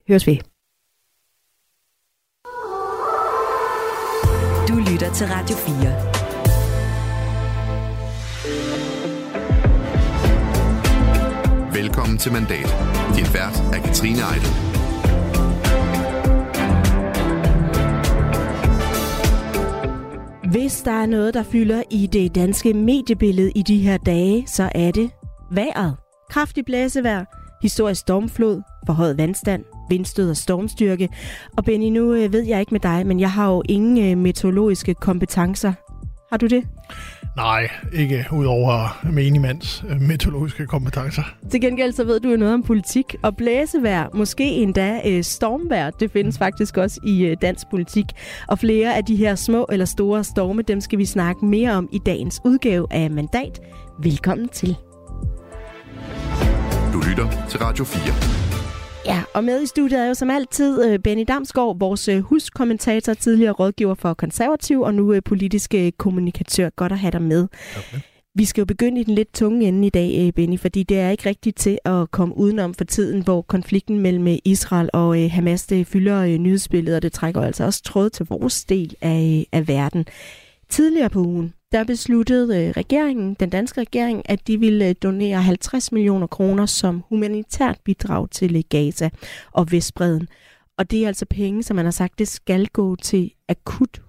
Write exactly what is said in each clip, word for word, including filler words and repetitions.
Høres vi. Du lytter til Radio fire. Velkommen til Mandat. Din vært er Katrine Ejdel. Hvis der er noget, der fylder i det danske mediebillede i de her dage, så er det vejret. Kraftig blæsevejr, historisk stormflod, forhøjet vandstand, vindstød og stormstyrke. Og Benny, nu ved jeg ikke med dig, men jeg har jo ingen meteorologiske kompetencer. Har du det? Nej, ikke udover menimands meteorologiske kompetencer. Til gengæld så ved du jo noget om politik og blæsevejr, måske endda øh, stormvejr. Det findes faktisk også i øh, dansk politik. Og flere af de her små eller store storme, dem skal vi snakke mere om i dagens udgave af Mandat. Velkommen til. Du lytter til Radio fire. Ja, og med i studiet er jo som altid Benny Damsgaard, vores huskommentator, tidligere rådgiver for Konservativ og nu politisk kommunikatør. Godt at have dig med. Okay. Vi skal jo begynde i den lidt tunge ende i dag, Benny, fordi det er ikke rigtigt til at komme udenom for tiden, hvor konflikten mellem Israel og Hamas det fylder nyhedsbilledet, og det trækker altså også tråd til vores del af, af verden. Tidligere på ugen, der besluttede regeringen, den danske regering, at de ville donere halvtreds millioner kroner som humanitært bidrag til Gaza og Vestbredden. Og det er altså penge, som man har sagt, det skal gå til akut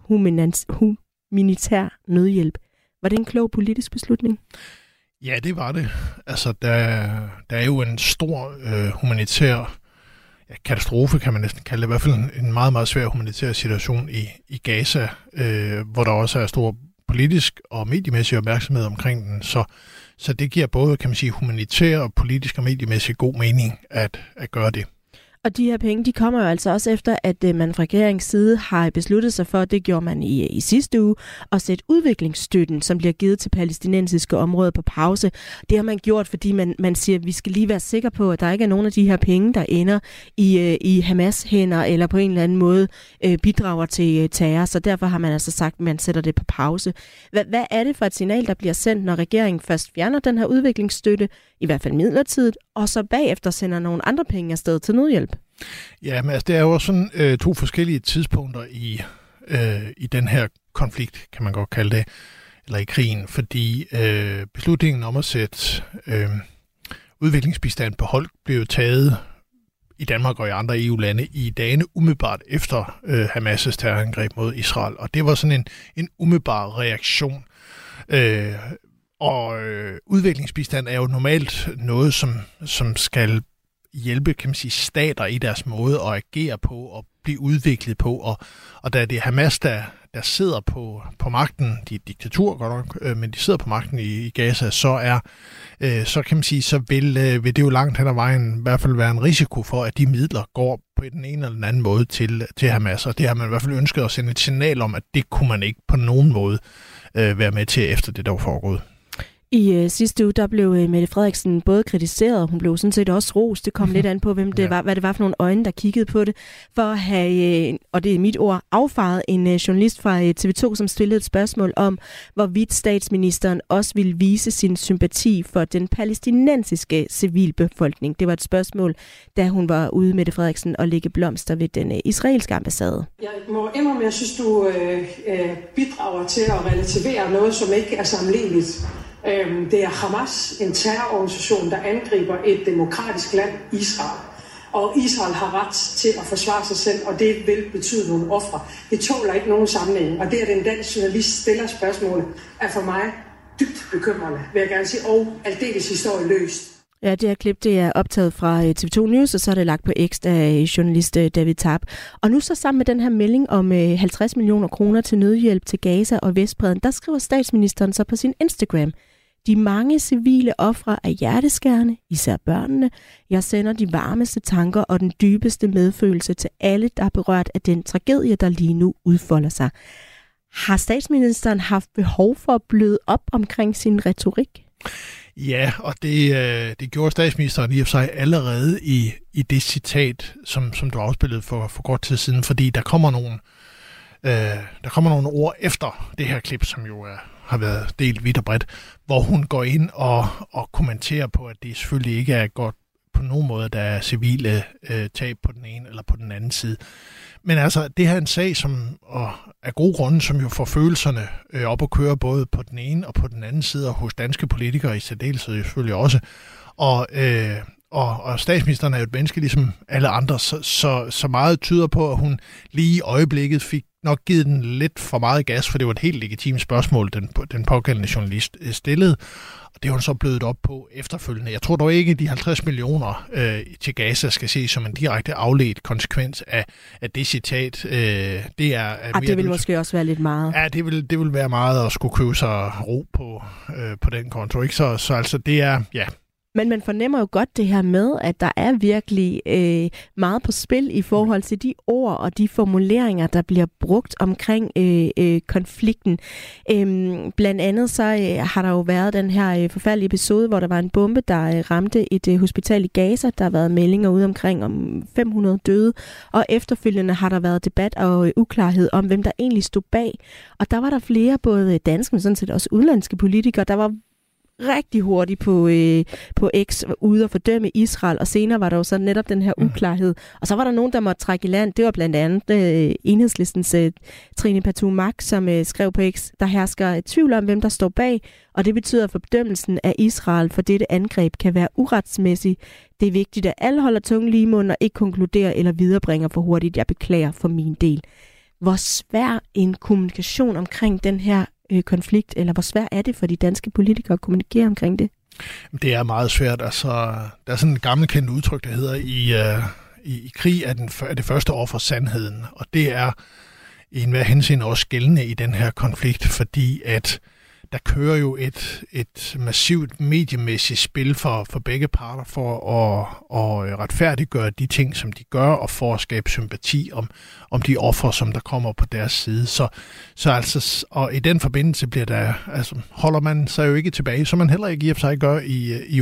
humanitær nødhjælp. Var det en klog politisk beslutning? Ja, det var det. Altså, der, der er jo en stor øh, humanitær ja, katastrofe, kan man næsten kalde det. I hvert fald en, en meget, meget svær humanitær situation i, i Gaza, øh, hvor der også er stor politisk og mediemæssig opmærksomhed omkring den. Så, så det giver både, kan man sige, humanitær og politisk og mediemæssig god mening at, at gøre det. Og de her penge, de kommer jo altså også efter, at man fra regeringens side har besluttet sig for, det gjorde man i, i sidste uge, at sætte udviklingsstøtten, som bliver givet til palæstinensiske områder, på pause. Det har man gjort, fordi man, man siger, at vi skal lige være sikre på, at der ikke er nogen af de her penge, der ender i, i Hamas hænder, eller på en eller anden måde øh, bidrager til terror. Så derfor har man altså sagt, at man sætter det på pause. Hvad, hvad er det for et signal, der bliver sendt, når regeringen først fjerner den her udviklingsstøtte, i hvert fald midlertidigt, og så bagefter sender nogle andre penge afsted til nødhjælp? Ja, men altså, det er jo sådan øh, to forskellige tidspunkter i, øh, i den her konflikt, kan man godt kalde det, eller i krigen, fordi øh, beslutningen om at sætte øh, udviklingsbistand på hold blev taget i Danmark og i andre E U-lande i dagene umiddelbart efter øh, Hamas' terrorangreb mod Israel, og det var sådan en, en umiddelbar reaktion. Øh, og øh, udviklingsbistand er jo normalt noget, som, som skal hjælpe, kan man sige, stater i deres måde at agere på og blive udviklet på. Og, og da det er Hamas, der, der sidder på, på magten, de er diktatur godt nok, øh, men de sidder på magten i, i Gaza, så er øh, så kan man sige, så vil, øh, vil det jo langt hen ad vejen i hvert fald være en risiko for, at de midler går på den ene eller den anden måde til, til Hamas. Og det har man i hvert fald ønsket at sende et signal om, at det kunne man ikke på nogen måde øh, være med til efter det, der var foregået. I øh, sidste uge, der blev øh, Mette Frederiksen både kritiseret, og hun blev sådan set også rost. Det kom mm-hmm. lidt an på, hvem det ja. var, hvad det var for nogle øjne, der kiggede på det, for at have, øh, og det er mit ord, affaret en øh, journalist fra øh, T V to, som stillede et spørgsmål om, hvorvidt statsministeren også ville vise sin sympati for den palæstinensiske civilbefolkning. Det var et spørgsmål, da hun var ude, Mette Frederiksen, og lægge blomster ved den øh, israelske ambassade. Jeg må indrømme, jeg synes, du øh, øh, bidrager til at relativere noget, som ikke er sammenligneligt. Det er Hamas, en terrororganisation, der angriber et demokratisk land, Israel. Og Israel har ret til at forsvare sig selv, og det vil betyde nogle ofre. Det tåler ikke nogen sammenhæng. Og det, at en dansk journalist stiller spørgsmålet, er for mig dybt bekymrende, vil jeg gerne sige, og aldeles historieløst. Ja, det her klip, det er optaget fra T V to News, og så er det lagt på X af journalist David Tarp. Og nu så sammen med den her melding om halvtreds millioner kroner til nødhjælp til Gaza og Vestbredden, der skriver statsministeren så på sin Instagram: de mange civile ofre er hjerteskærende, især børnene. Jeg sender de varmeste tanker og den dybeste medfølelse til alle, der er berørt af den tragedie, der lige nu udfolder sig. Har statsministeren haft behov for at bløde op omkring sin retorik? Ja, og det, det gjorde statsministeren i og for sig allerede i, i det citat, som, som du afspillede for, for kort tid siden, fordi der kommer nogle, øh, der kommer nogle ord efter det her klip, som jo er, har været delt vidt og bredt, hvor hun går ind og, og kommenterer på, at det selvfølgelig ikke er godt på nogen måde, der er civile øh, tab på den ene eller på den anden side. Men altså, det her er en sag, som og af gode grunde, som jo får følelserne øh, op at køre både på den ene og på den anden side, og hos danske politikere i særdeleshed selvfølgelig også. Og, øh, og, og statsministeren er jo et menneske ligesom alle andre, så, så, så meget tyder på, at hun lige i øjeblikket fik nok givet den lidt for meget gas, for det var et helt legitimt spørgsmål, den, den pågældende journalist stillede. Og det var hun så blødt op på efterfølgende. Jeg tror dog ikke, at de halvtreds millioner øh, til Gaza skal ses som en direkte afledt konsekvens af, af det citat. Øh, det er, er ah, det vil måske også være lidt meget. Ja, det vil, det vil være meget at skulle købe sig ro på, øh, på den konto. Ikke? Så, så altså, det er, ja... Men man fornemmer jo godt det her med, at der er virkelig øh, meget på spil i forhold til de ord og de formuleringer, der bliver brugt omkring øh, øh, konflikten. Øhm, blandt andet så øh, har der jo været den her øh, forfærdelige episode, hvor der var en bombe, der øh, ramte et øh, hospital i Gaza. Der har været meldinger ude omkring om fem hundrede døde, og efterfølgende har der været debat og øh, uklarhed om, hvem der egentlig stod bag. Og der var der flere, både danske, men sådan set også udenlandske politikere, der var rigtig hurtigt på, øh, på X ude og fordømme Israel, og senere var der jo så netop den her uklarhed. Og så var der nogen, der måtte trække i land. Det var blandt andet øh, Enhedslistens øh, Trine Pertou Mach, som øh, skrev på X, der hersker et tvivl om, hvem der står bag, og det betyder, at fordømmelsen af Israel for dette angreb kan være uretsmæssig. Det er vigtigt, at alle holder tungen lige i munden og ikke konkluderer eller viderebringer for hurtigt. Jeg beklager for min del. Hvor svær en kommunikation omkring den her konflikt, eller hvor svært er det for de danske politikere at kommunikere omkring det? Det er meget svært. Altså, der er sådan et gammelt kendt udtryk, der hedder, i, uh, i, i krig er, den, er det første offer sandheden, og det er i enhver henseende også gældende i den her konflikt, fordi at der kører jo et, et massivt mediemæssigt spil for, for begge parter for at, at retfærdiggøre de ting, som de gør, og for at skabe sympati om, om de ofre, som der kommer på deres side. Så, så altså, og i den forbindelse bliver der, altså, holder man sig jo ikke tilbage, som man heller ikke i og for sig gør i, i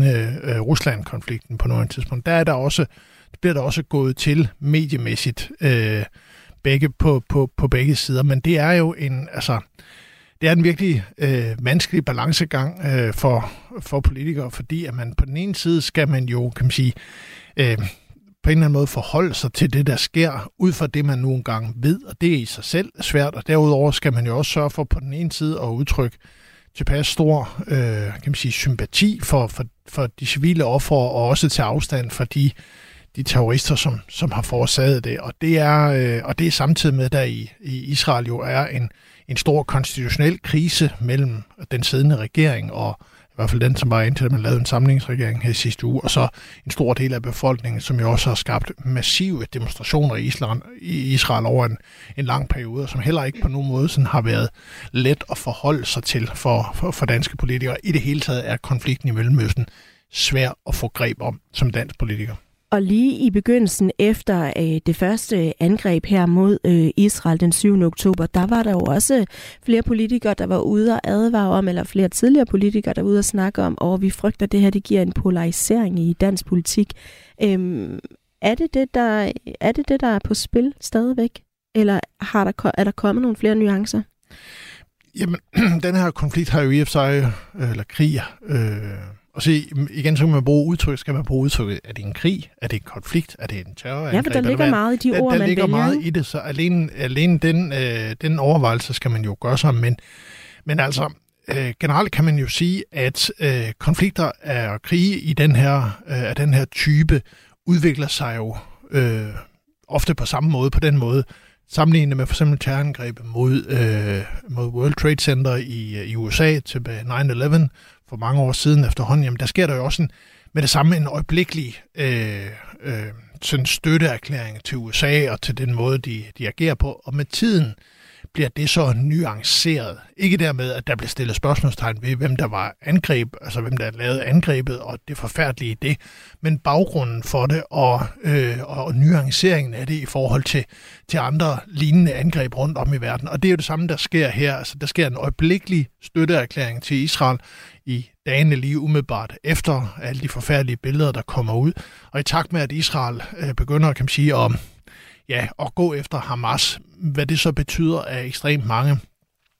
Ukraine-Rusland-konflikten på noget tidspunkt. Der er der også, bliver der også gået til mediemæssigt øh, begge på, på, på begge sider, men det er jo en, altså, det er en virkelig øh, vanskelig balancegang øh, for, for politikere, fordi at man på den ene side skal man jo, kan man sige, øh, på en eller anden måde forholde sig til det, der sker, ud fra det, man nu engang ved, og det er i sig selv svært, og derudover skal man jo også sørge for på den ene side at udtrykke tilpas stor øh, kan man sige, sympati for, for, for de civile ofre, og også til afstand for de, de terrorister, som, som har forårsaget det. Og det er, øh, og det er samtidig med, at der i, i Israel jo er en en stor konstitutionel krise mellem den siddende regering og i hvert fald den, som var indtil, at man lavede en samlingsregering her sidste uge, og så en stor del af befolkningen, som jo også har skabt massive demonstrationer i Israel, i Israel over en, en lang periode, som heller ikke på nogen måde sådan har været let at forholde sig til for, for, for danske politikere. I det hele taget er konflikten i Mellemøsten svær at få greb om som dansk politiker. Og lige i begyndelsen efter øh, det første angreb her mod øh, Israel den syvende oktober, der var der jo også flere politikere, der var ude og advare om, eller flere tidligere politikere, der var ude og snakke om, og vi frygter, at det her det giver en polarisering i dansk politik. Øhm, er, det det, der, er det det, der er på spil stadigvæk? Eller har der, er der kommet nogle flere nuancer? Jamen, den her konflikt har jo i og for sig, eller krig, øh Og så igen, så kan man bruge udtryk, skal man bruge udtrykket, er det en krig, er det en konflikt, er det en terrorangreb? Ja, for der ligger meget i de der, ord, der man ligger vælger. meget i det, så alene, alene den, øh, den overvejelse skal man jo gøre sig, men, men altså, øh, generelt kan man jo sige, at øh, konflikter og krige i den her, øh, af den her type udvikler sig jo øh, ofte på samme måde, på den måde, sammenlignet med for eksempel terrorangrebet mod, øh, mod World Trade Center i, i U S A til nine eleven for mange år siden efterhånden, jamen der sker der jo også en, med det samme en øjeblikkelig øh, øh, sådan støtteerklæring til U S A og til den måde, de, de agerer på. Og med tiden bliver det så nuanceret. Ikke dermed, at der bliver stillet spørgsmålstegn ved, hvem der var angreb, altså hvem der lavede angrebet og det forfærdelige i det, men baggrunden for det og, øh, og nuanceringen af det i forhold til, til andre lignende angreb rundt om i verden. Og det er jo det samme, der sker her. Altså, der sker en øjeblikkelig støtteerklæring til Israel i dagene lige umiddelbart efter alle de forfærdelige billeder, der kommer ud. Og i takt med, at Israel øh, begynder, kan man sige, at, ja, at gå efter Hamas, hvad det så betyder af ekstremt mange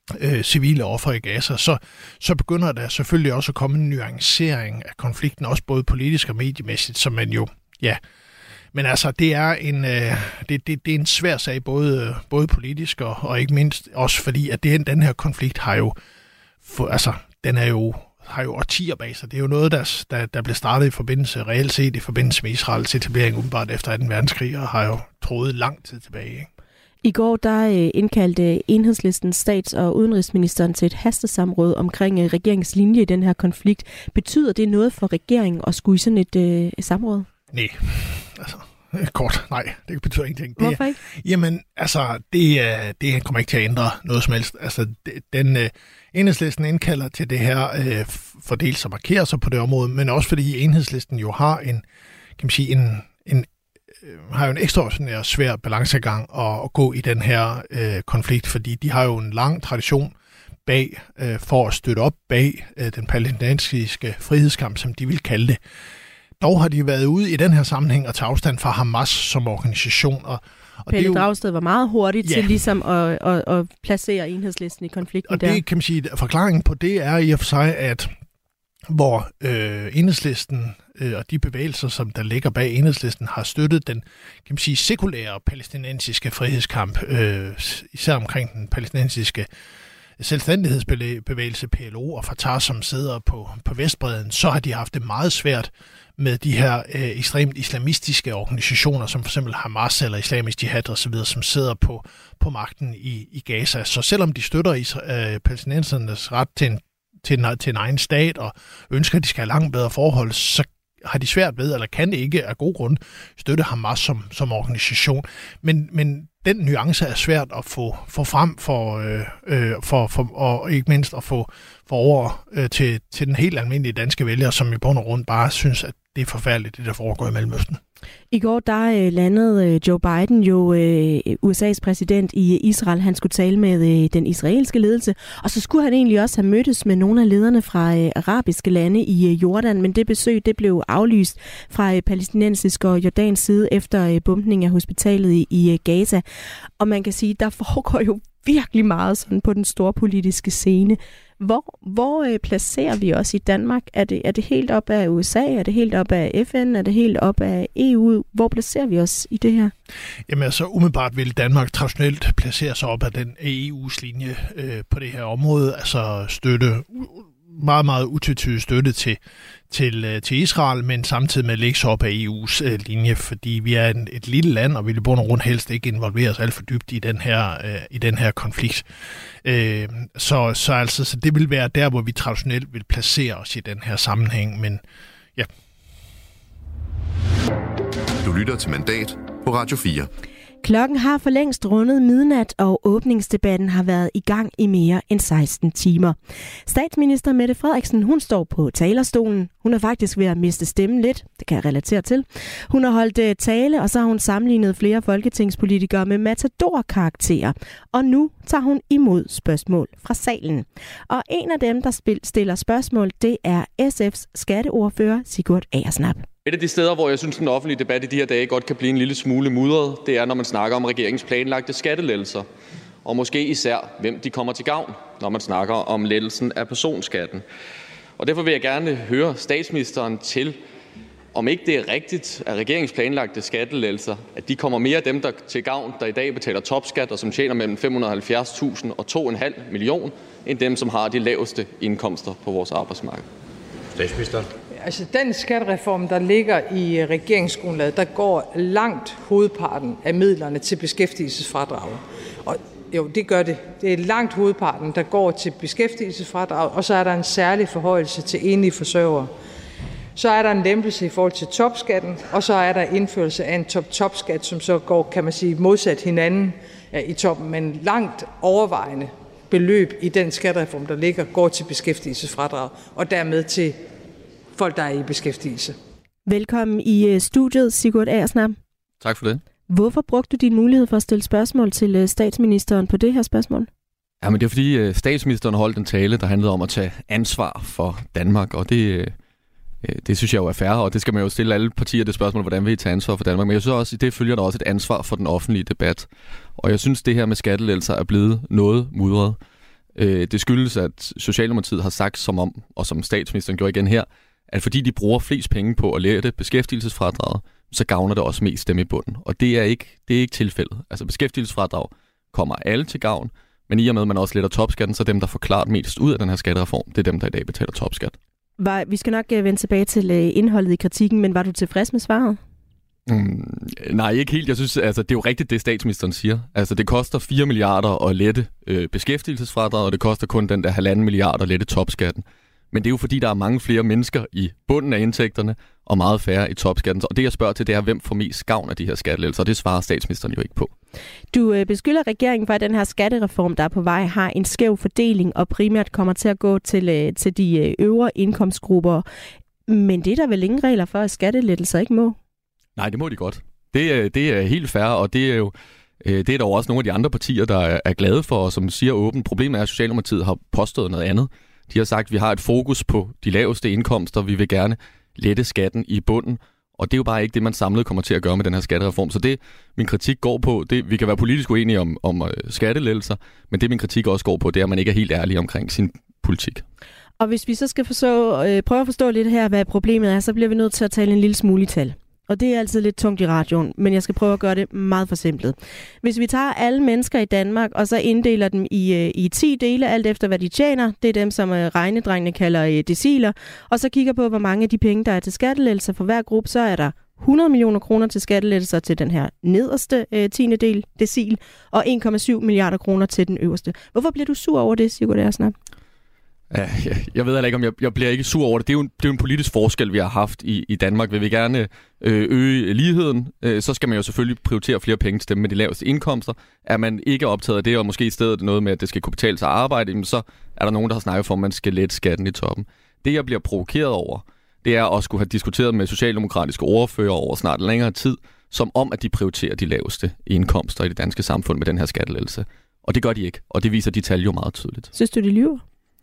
øh, civile ofre i Gaza, så, så begynder der selvfølgelig også at komme en nuancering af konflikten, også både politisk og mediemæssigt, som man jo, ja... Men altså, det er en, øh, det, det, det er en svær sag, både, både politisk og, og ikke mindst også fordi, at det, den her konflikt har jo, for, altså, den er jo, har jo årtier bag sig. Det er jo noget, der, der, der blev startet i forbindelse, reelt set i forbindelse med Israels etablering umiddelbart efter anden verdenskrig, og har jo troet lang tid tilbage, ikke? I går der indkaldte Enhedslistens stats- og udenrigsministeren til et hastesamråd omkring regeringens linje i den her konflikt. Betyder det noget for regeringen at skulle i sådan et øh, samråd? Nej, altså kort, nej, det betyder ingenting. Det, Hvorfor ikke? Jamen, altså, det, det kommer ikke til at ændre noget som helst. Altså, den øh, Enhedslisten indkalder til det her øh, for dels at markere sig på det område, men også fordi Enhedslisten jo har en, kan man sige, en, en øh, har jo en ekstraordinær svær balancegang at, at gå i den her øh, konflikt, fordi de har jo en lang tradition bag, øh, for at støtte op bag øh, den palæstinensiske frihedskamp, som de vil kalde det. Dog har de været ude i den her sammenhæng og tage afstand fra Hamas som organisation. Og, og Pelle det jo, Dragsted var meget hurtigt ja. til ligesom at, at, at placere Enhedslisten i konflikten og der. Og det kan man sige, forklaringen på det er i og for sig, at hvor øh, Enhedslisten øh, og de bevægelser, som der ligger bag Enhedslisten, har støttet den, kan man sige, sekulære palæstinensiske frihedskamp, øh, især omkring den palæstinensiske selvstændighedsbevægelse P L O og Fatah, som sidder på, på Vestbredden, så har de haft det meget svært med de her øh, ekstremt islamistiske organisationer, som for eksempel Hamas eller Islamisk Jihad osv., som sidder på, på magten i, i Gaza. Så selvom de støtter øh, palæstinensernes ret til en, til, en, til en egen stat og ønsker, at de skal have langt bedre forhold, så har de svært ved, eller kan det ikke af god grund, støtte Hamas som, som organisation. Men, men den nuance er svært at få, få frem for, øh, øh, for, for, og ikke mindst at få for over øh, til, til den helt almindelige danske vælger, som i bund og grund bare synes, at det er forfærdeligt, det der foregår i Mellemøsten. I går der øh, landede øh, Joe Biden jo øh, U S A's præsident i Israel. Han skulle tale med øh, den israelske ledelse, og så skulle han egentlig også have mødtes med nogle af lederne fra øh, arabiske lande i øh, Jordan, men det besøg det blev aflyst fra øh, palæstinensisk og Jordans side efter øh, bombning af hospitalet i, i øh, Gaza. Og man kan sige, der foregår jo virkelig meget sådan på den store politiske scene. Hvor, hvor øh, placerer vi os i Danmark? Er det, er det helt op af U S A? Er det helt op af F N? Er det helt op af E U? Hvor placerer vi os i det her? Jamen altså umiddelbart vil Danmark traditionelt placere sig op af den E U's linje øh, på det her område. Altså støtte, meget, meget utvetydig støtte til, til, øh, til Israel, men samtidig med at lægge sig op af E U's øh, linje, fordi vi er en, et lille land, og vi vil bund og rundt helst ikke involvere os alt for dybt i den her, øh, i den her konflikt. Øh, så, så, altså, så det vil være der, hvor vi traditionelt vil placere os i den her sammenhæng, men ja. Du lytter til Mandat på Radio fire. Klokken har for længst rundet midnat, og åbningsdebatten har været i gang i mere end seksten timer. Statsminister Mette Frederiksen, hun står på talerstolen. Hun er faktisk ved at miste stemmen lidt. Det kan jeg relatere til. Hun har holdt tale, og så har hun sammenlignet flere folketingspolitikere med matador-karakterer. Og nu tager hun imod spørgsmål fra salen. Og en af dem, der stiller spørgsmål, det er S F's skatteordfører Sigurd Agersnap. Et af de steder, hvor jeg synes, den offentlige debat i de her dage godt kan blive en lille smule mudret, det er, når man snakker om regeringens planlagte skattelettelser. Og måske især, hvem de kommer til gavn, når man snakker om lettelsen af personskatten. Og derfor vil jeg gerne høre statsministeren til, om ikke det er rigtigt, at regeringens planlagte skattelettelser, at de kommer mere af dem, der til gavn, der i dag betaler topskat og som tjener mellem fem hundrede og halvfjerds tusind og to komma fem million, end dem, som har de laveste indkomster på vores arbejdsmarked. Statsministeren. Altså den skattereform, der ligger i regeringsgrundlaget, der går langt hovedparten af midlerne til beskæftigelsesfradrag. Og jo, det gør det. Det er langt hovedparten, der går til beskæftigelsesfradrag, og så er der en særlig forhøjelse til enlige forsørgere. Så er der en lempelse i forhold til topskatten, og så er der indførelse af en top-top-skat, som så går, kan man sige, modsat hinanden i toppen, men langt overvejende beløb i den skattereform, der ligger, går til beskæftigelsesfradrag, og dermed til folk, der er i beskæftigelse. Velkommen i studiet, Sigurd Agersnap. Tak for det. Hvorfor brugte du din mulighed for at stille spørgsmål til statsministeren på det her spørgsmål? Jamen det er fordi statsministeren holdt en tale, der handlede om at tage ansvar for Danmark, og det, det synes jeg jo er fair, og det skal man jo stille alle partier det spørgsmål, hvordan vil I tage ansvar for Danmark, men jeg synes også, i det følger der også et ansvar for den offentlige debat. Og jeg synes, det her med skattelettelser er blevet noget mudret. Øh, det skyldes, at Socialdemokratiet har sagt som om, og som statsministeren gjorde igen her, at fordi de bruger flest penge på at lette beskæftigelsesfradraget, så gavner det også mest dem i bunden. Og det er ikke, det er ikke tilfældet. Altså beskæftigelsesfradrag kommer alle til gavn, men i og med, at man også letter topskatten, så dem, der får klart mest ud af den her skattereform, det er dem, der i dag betaler topskat. Var, vi skal nok uh, vende tilbage til uh, indholdet i kritikken, men var du tilfreds med svaret? Mm, nej, ikke helt. Jeg synes, altså, det er jo rigtigt, det statsministeren siger. Altså, det koster fire milliarder at lette øh, beskæftigelsesfradraget, og det koster kun den der halvanden milliard at lette topskatten. Men det er jo fordi, der er mange flere mennesker i bunden af indtægterne, og meget færre i topskatten. Og det, jeg spørger til, det er, hvem får mest gavn af de her skattelettelser, og det svarer statsministeren jo ikke på. Du øh, beskylder regeringen for, at den her skattereform, der er på vej, har en skæv fordeling, og primært kommer til at gå til, øh, til de øh, øvre indkomstgrupper. Men det er der vel ingen regler for, at skattelettelser ikke må? Nej, det må de godt. Det, det er helt fair, og det er jo det er der også nogle af de andre partier, der er glade for, og som siger åbent. Problemet er, at Socialdemokratiet har påstået noget andet. De har sagt, at vi har et fokus på de laveste indkomster, vi vil gerne lette skatten i bunden, og det er jo bare ikke det, man samlet kommer til at gøre med den her skattereform. Så det, min kritik går på, det, vi kan være politisk uenige om, om skattelettelser, men det, min kritik også går på, det er, at man ikke er helt ærlig omkring sin politik. Og hvis vi så skal forstå, øh, prøve at forstå lidt her, hvad problemet er, så bliver vi nødt til at tale en lille smule i tal. Og det er altid lidt tungt i radioen, men jeg skal prøve at gøre det meget forsimplet. Hvis vi tager alle mennesker i Danmark, og så inddeler dem i, i ti dele, alt efter hvad de tjener, det er dem, som regnedrengene kalder deciler, og så kigger på, hvor mange af de penge, der er til skattelettelser for hver gruppe, så er der hundrede millioner kroner til skattelettelser til den her nederste øh, tiende del, decil, og en komma syv milliarder kroner til den øverste. Hvorfor bliver du sur over det, Sigurd Agersnap? Ja, jeg ved heller ikke, om jeg, jeg bliver ikke sur over det. Det er jo en, det er jo en politisk forskel, vi har haft i, i Danmark. Vil vi gerne øh, øge ligheden, øh, så skal man jo selvfølgelig prioritere flere penge til dem med de laveste indkomster. Er man ikke optaget af det, og måske i stedet noget med, at det skal kunne betale sig at arbejde, så er der nogen, der har snakket for, at man skal lette skatten i toppen. Det, jeg bliver provokeret over, det er at skulle have diskuteret med socialdemokratiske ordfører over snart længere tid, som om, at de prioriterer de laveste indkomster i det danske samfund med den her skattelettelse. Og det gør de ikke, og det viser de tal jo meget tydeligt. Synes du, de lyver?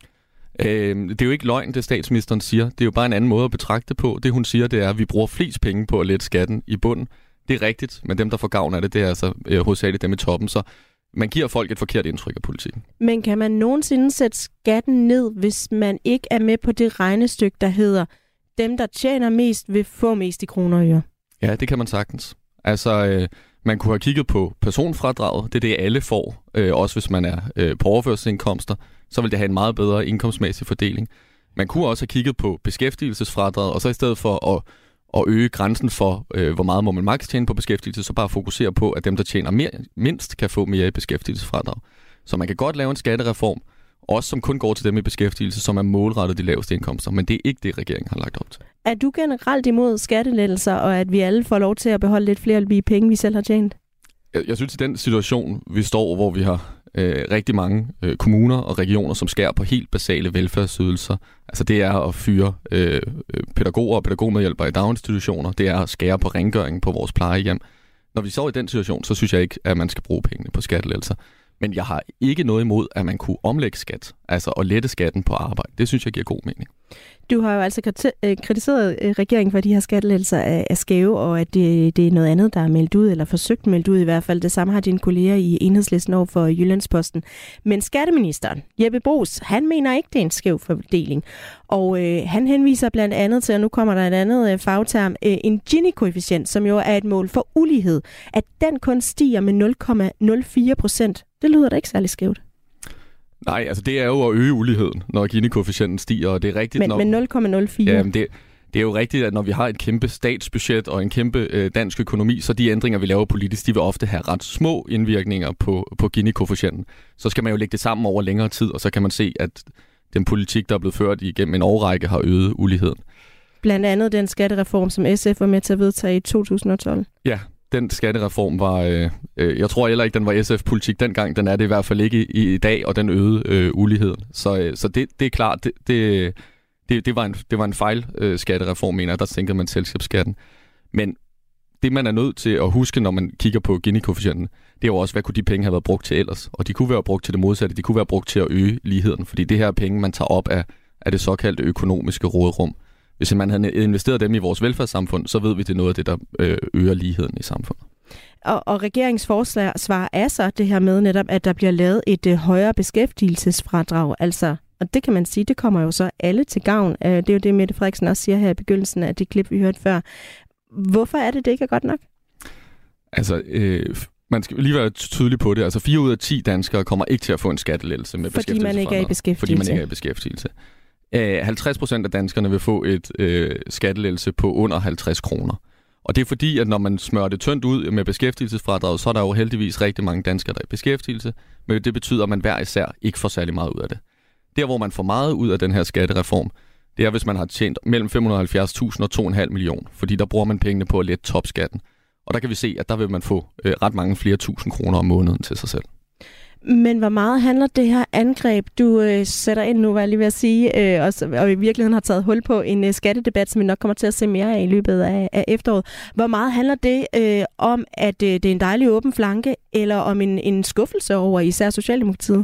Det er jo ikke løgn, det statsministeren siger. Det er jo bare en anden måde at betragte det på. Det hun siger, det er, at vi bruger flest penge på at lette skatten i bunden. Det er rigtigt, men dem, der får gavn af det, det er altså øh, hovedsageligt dem i toppen. Så man giver folk et forkert indtryk af politikken. Men kan man nogensinde sætte skatten ned, hvis man ikke er med på det regnestykke, der hedder, dem, der tjener mest, vil få mest i kroner og øre? Ja, det kan man sagtens. Altså, øh, man kunne have kigget på personfradraget. Det er det, alle får, øh, også hvis man er øh, på overførselsindkomster. Så vil det have en meget bedre indkomstmæssig fordeling. Man kunne også have kigget på beskæftigelsesfradraget, og så i stedet for at, at øge grænsen for, øh, hvor meget må man maks tjene på beskæftigelse, så bare fokusere på, at dem, der tjener mere, mindst, kan få mere i beskæftigelsesfradrag. Så man kan godt lave en skattereform, også som kun går til dem i beskæftigelse, som er målrettet de laveste indkomster, men det er ikke det, regeringen har lagt op til. Er du generelt imod skattelettelser, og at vi alle får lov til at beholde lidt flere af de penge, vi selv har tjent? Jeg, jeg synes, i den situation, vi står, hvor vi har Øh, rigtig mange øh, kommuner og regioner, som skærer på helt basale velfærdsydelser. Altså det er at fyre øh, pædagoger og pædagogmedhjælpere i daginstitutioner. Det er at skære på rengøringen på vores plejehjem. Når vi står i den situation, så synes jeg ikke, at man skal bruge pengene på skattelettelser. Men jeg har ikke noget imod, at man kunne omlægge skat, altså at lette skatten på arbejde. Det synes jeg giver god mening. Du har jo altså kritiseret regeringen for, at de her skattelettelser er skæve, og at det, det er noget andet, der er meldt ud, eller forsøgt meldt ud i hvert fald. Det samme har dine kolleger i Enhedslisten over for Jyllandsposten. Men skatteministeren, Jeppe Bruus, han mener ikke, det er en skæv fordeling. Og øh, han henviser blandt andet til, og nu kommer der et andet øh, fagterm, øh, en Gini-koefficient, som jo er et mål for ulighed, at den kun stiger med nul komma nul fire procent. Det lyder da ikke særlig skævt. Nej, altså det er jo at øge uligheden, når Gini-koefficienten stiger, og det er rigtigt... Men, når... men nul komma nul fire? Ja, men det, det er jo rigtigt, at når vi har et kæmpe statsbudget og en kæmpe øh, dansk økonomi, så de ændringer, vi laver politisk, de vil ofte have ret små indvirkninger på, på Gini-koefficienten. Så skal man jo lægge det sammen over længere tid, og så kan man se, at den politik, der er blevet ført igennem en årrække, har øget uligheden. Blandt andet den skattereform, som S F var med til at vedtage i to tusind og tolv. Ja, den skattereform var, øh, øh, jeg tror heller ikke, den var S F-politik dengang. Den er det i hvert fald ikke i, i dag, og den øgede øh, uligheden. Så, øh, så det, det er klart, det, det, det, det, var en, det var en fejl øh, skattereform, mener jeg. Der tænker man selskabsskatten. Men det, man er nødt til at huske, når man kigger på Gini-koefficienten, det er jo også, hvad kunne de penge have været brugt til ellers? Og de kunne være brugt til det modsatte. De kunne være brugt til at øge ligheden, fordi det her penge, man tager op af, af det såkaldte økonomiske råderum. Hvis man havde investeret dem i vores velfærdssamfund, så ved vi, det er noget af det, der øger ligheden i samfundet. Og, og regeringsforsvar er så det her med netop, at der bliver lavet et uh, højere beskæftigelsesfradrag. Altså, og det kan man sige, det kommer jo så alle til gavn. Uh, det er jo det, Mette Frederiksen også siger her i begyndelsen af det klip, vi hørte før. Hvorfor er det, det ikke er godt nok? Altså, øh, man skal lige være tydelig på det. Altså, fire ud af ti danskere kommer ikke til at få en skattelettelse med fordi man ikke er i beskæftigelse. Fordi man ikke er i beskæftigelse. Øh, halvtreds procent af danskerne vil få et øh, skattelettelse på under halvtreds kroner. Og det er fordi, at når man smører det tyndt ud med beskæftigelsesfradraget, så er der jo heldigvis rigtig mange danskere, der er i beskæftigelse. Men det betyder, at man hver især ikke får særlig meget ud af det. Der, hvor man får meget ud af den her skattereform, det er, hvis man har tjent mellem fem hundrede og halvfjerds tusind og to komma fem millioner. Fordi der bruger man pengene på at lette topskatten. Og der kan vi se, at der vil man få øh, ret mange flere tusind kroner om måneden til sig selv. Men hvor meget handler det her angreb, du øh, sætter ind nu, var jeg lige ved at sige, øh, og, og i virkeligheden har taget hul på en øh, skattedebat, som vi nok kommer til at se mere af i løbet af, af efteråret. Hvor meget handler det øh, om, at øh, det er en dejlig åben flanke, eller om en, en skuffelse over især Socialdemokratiet?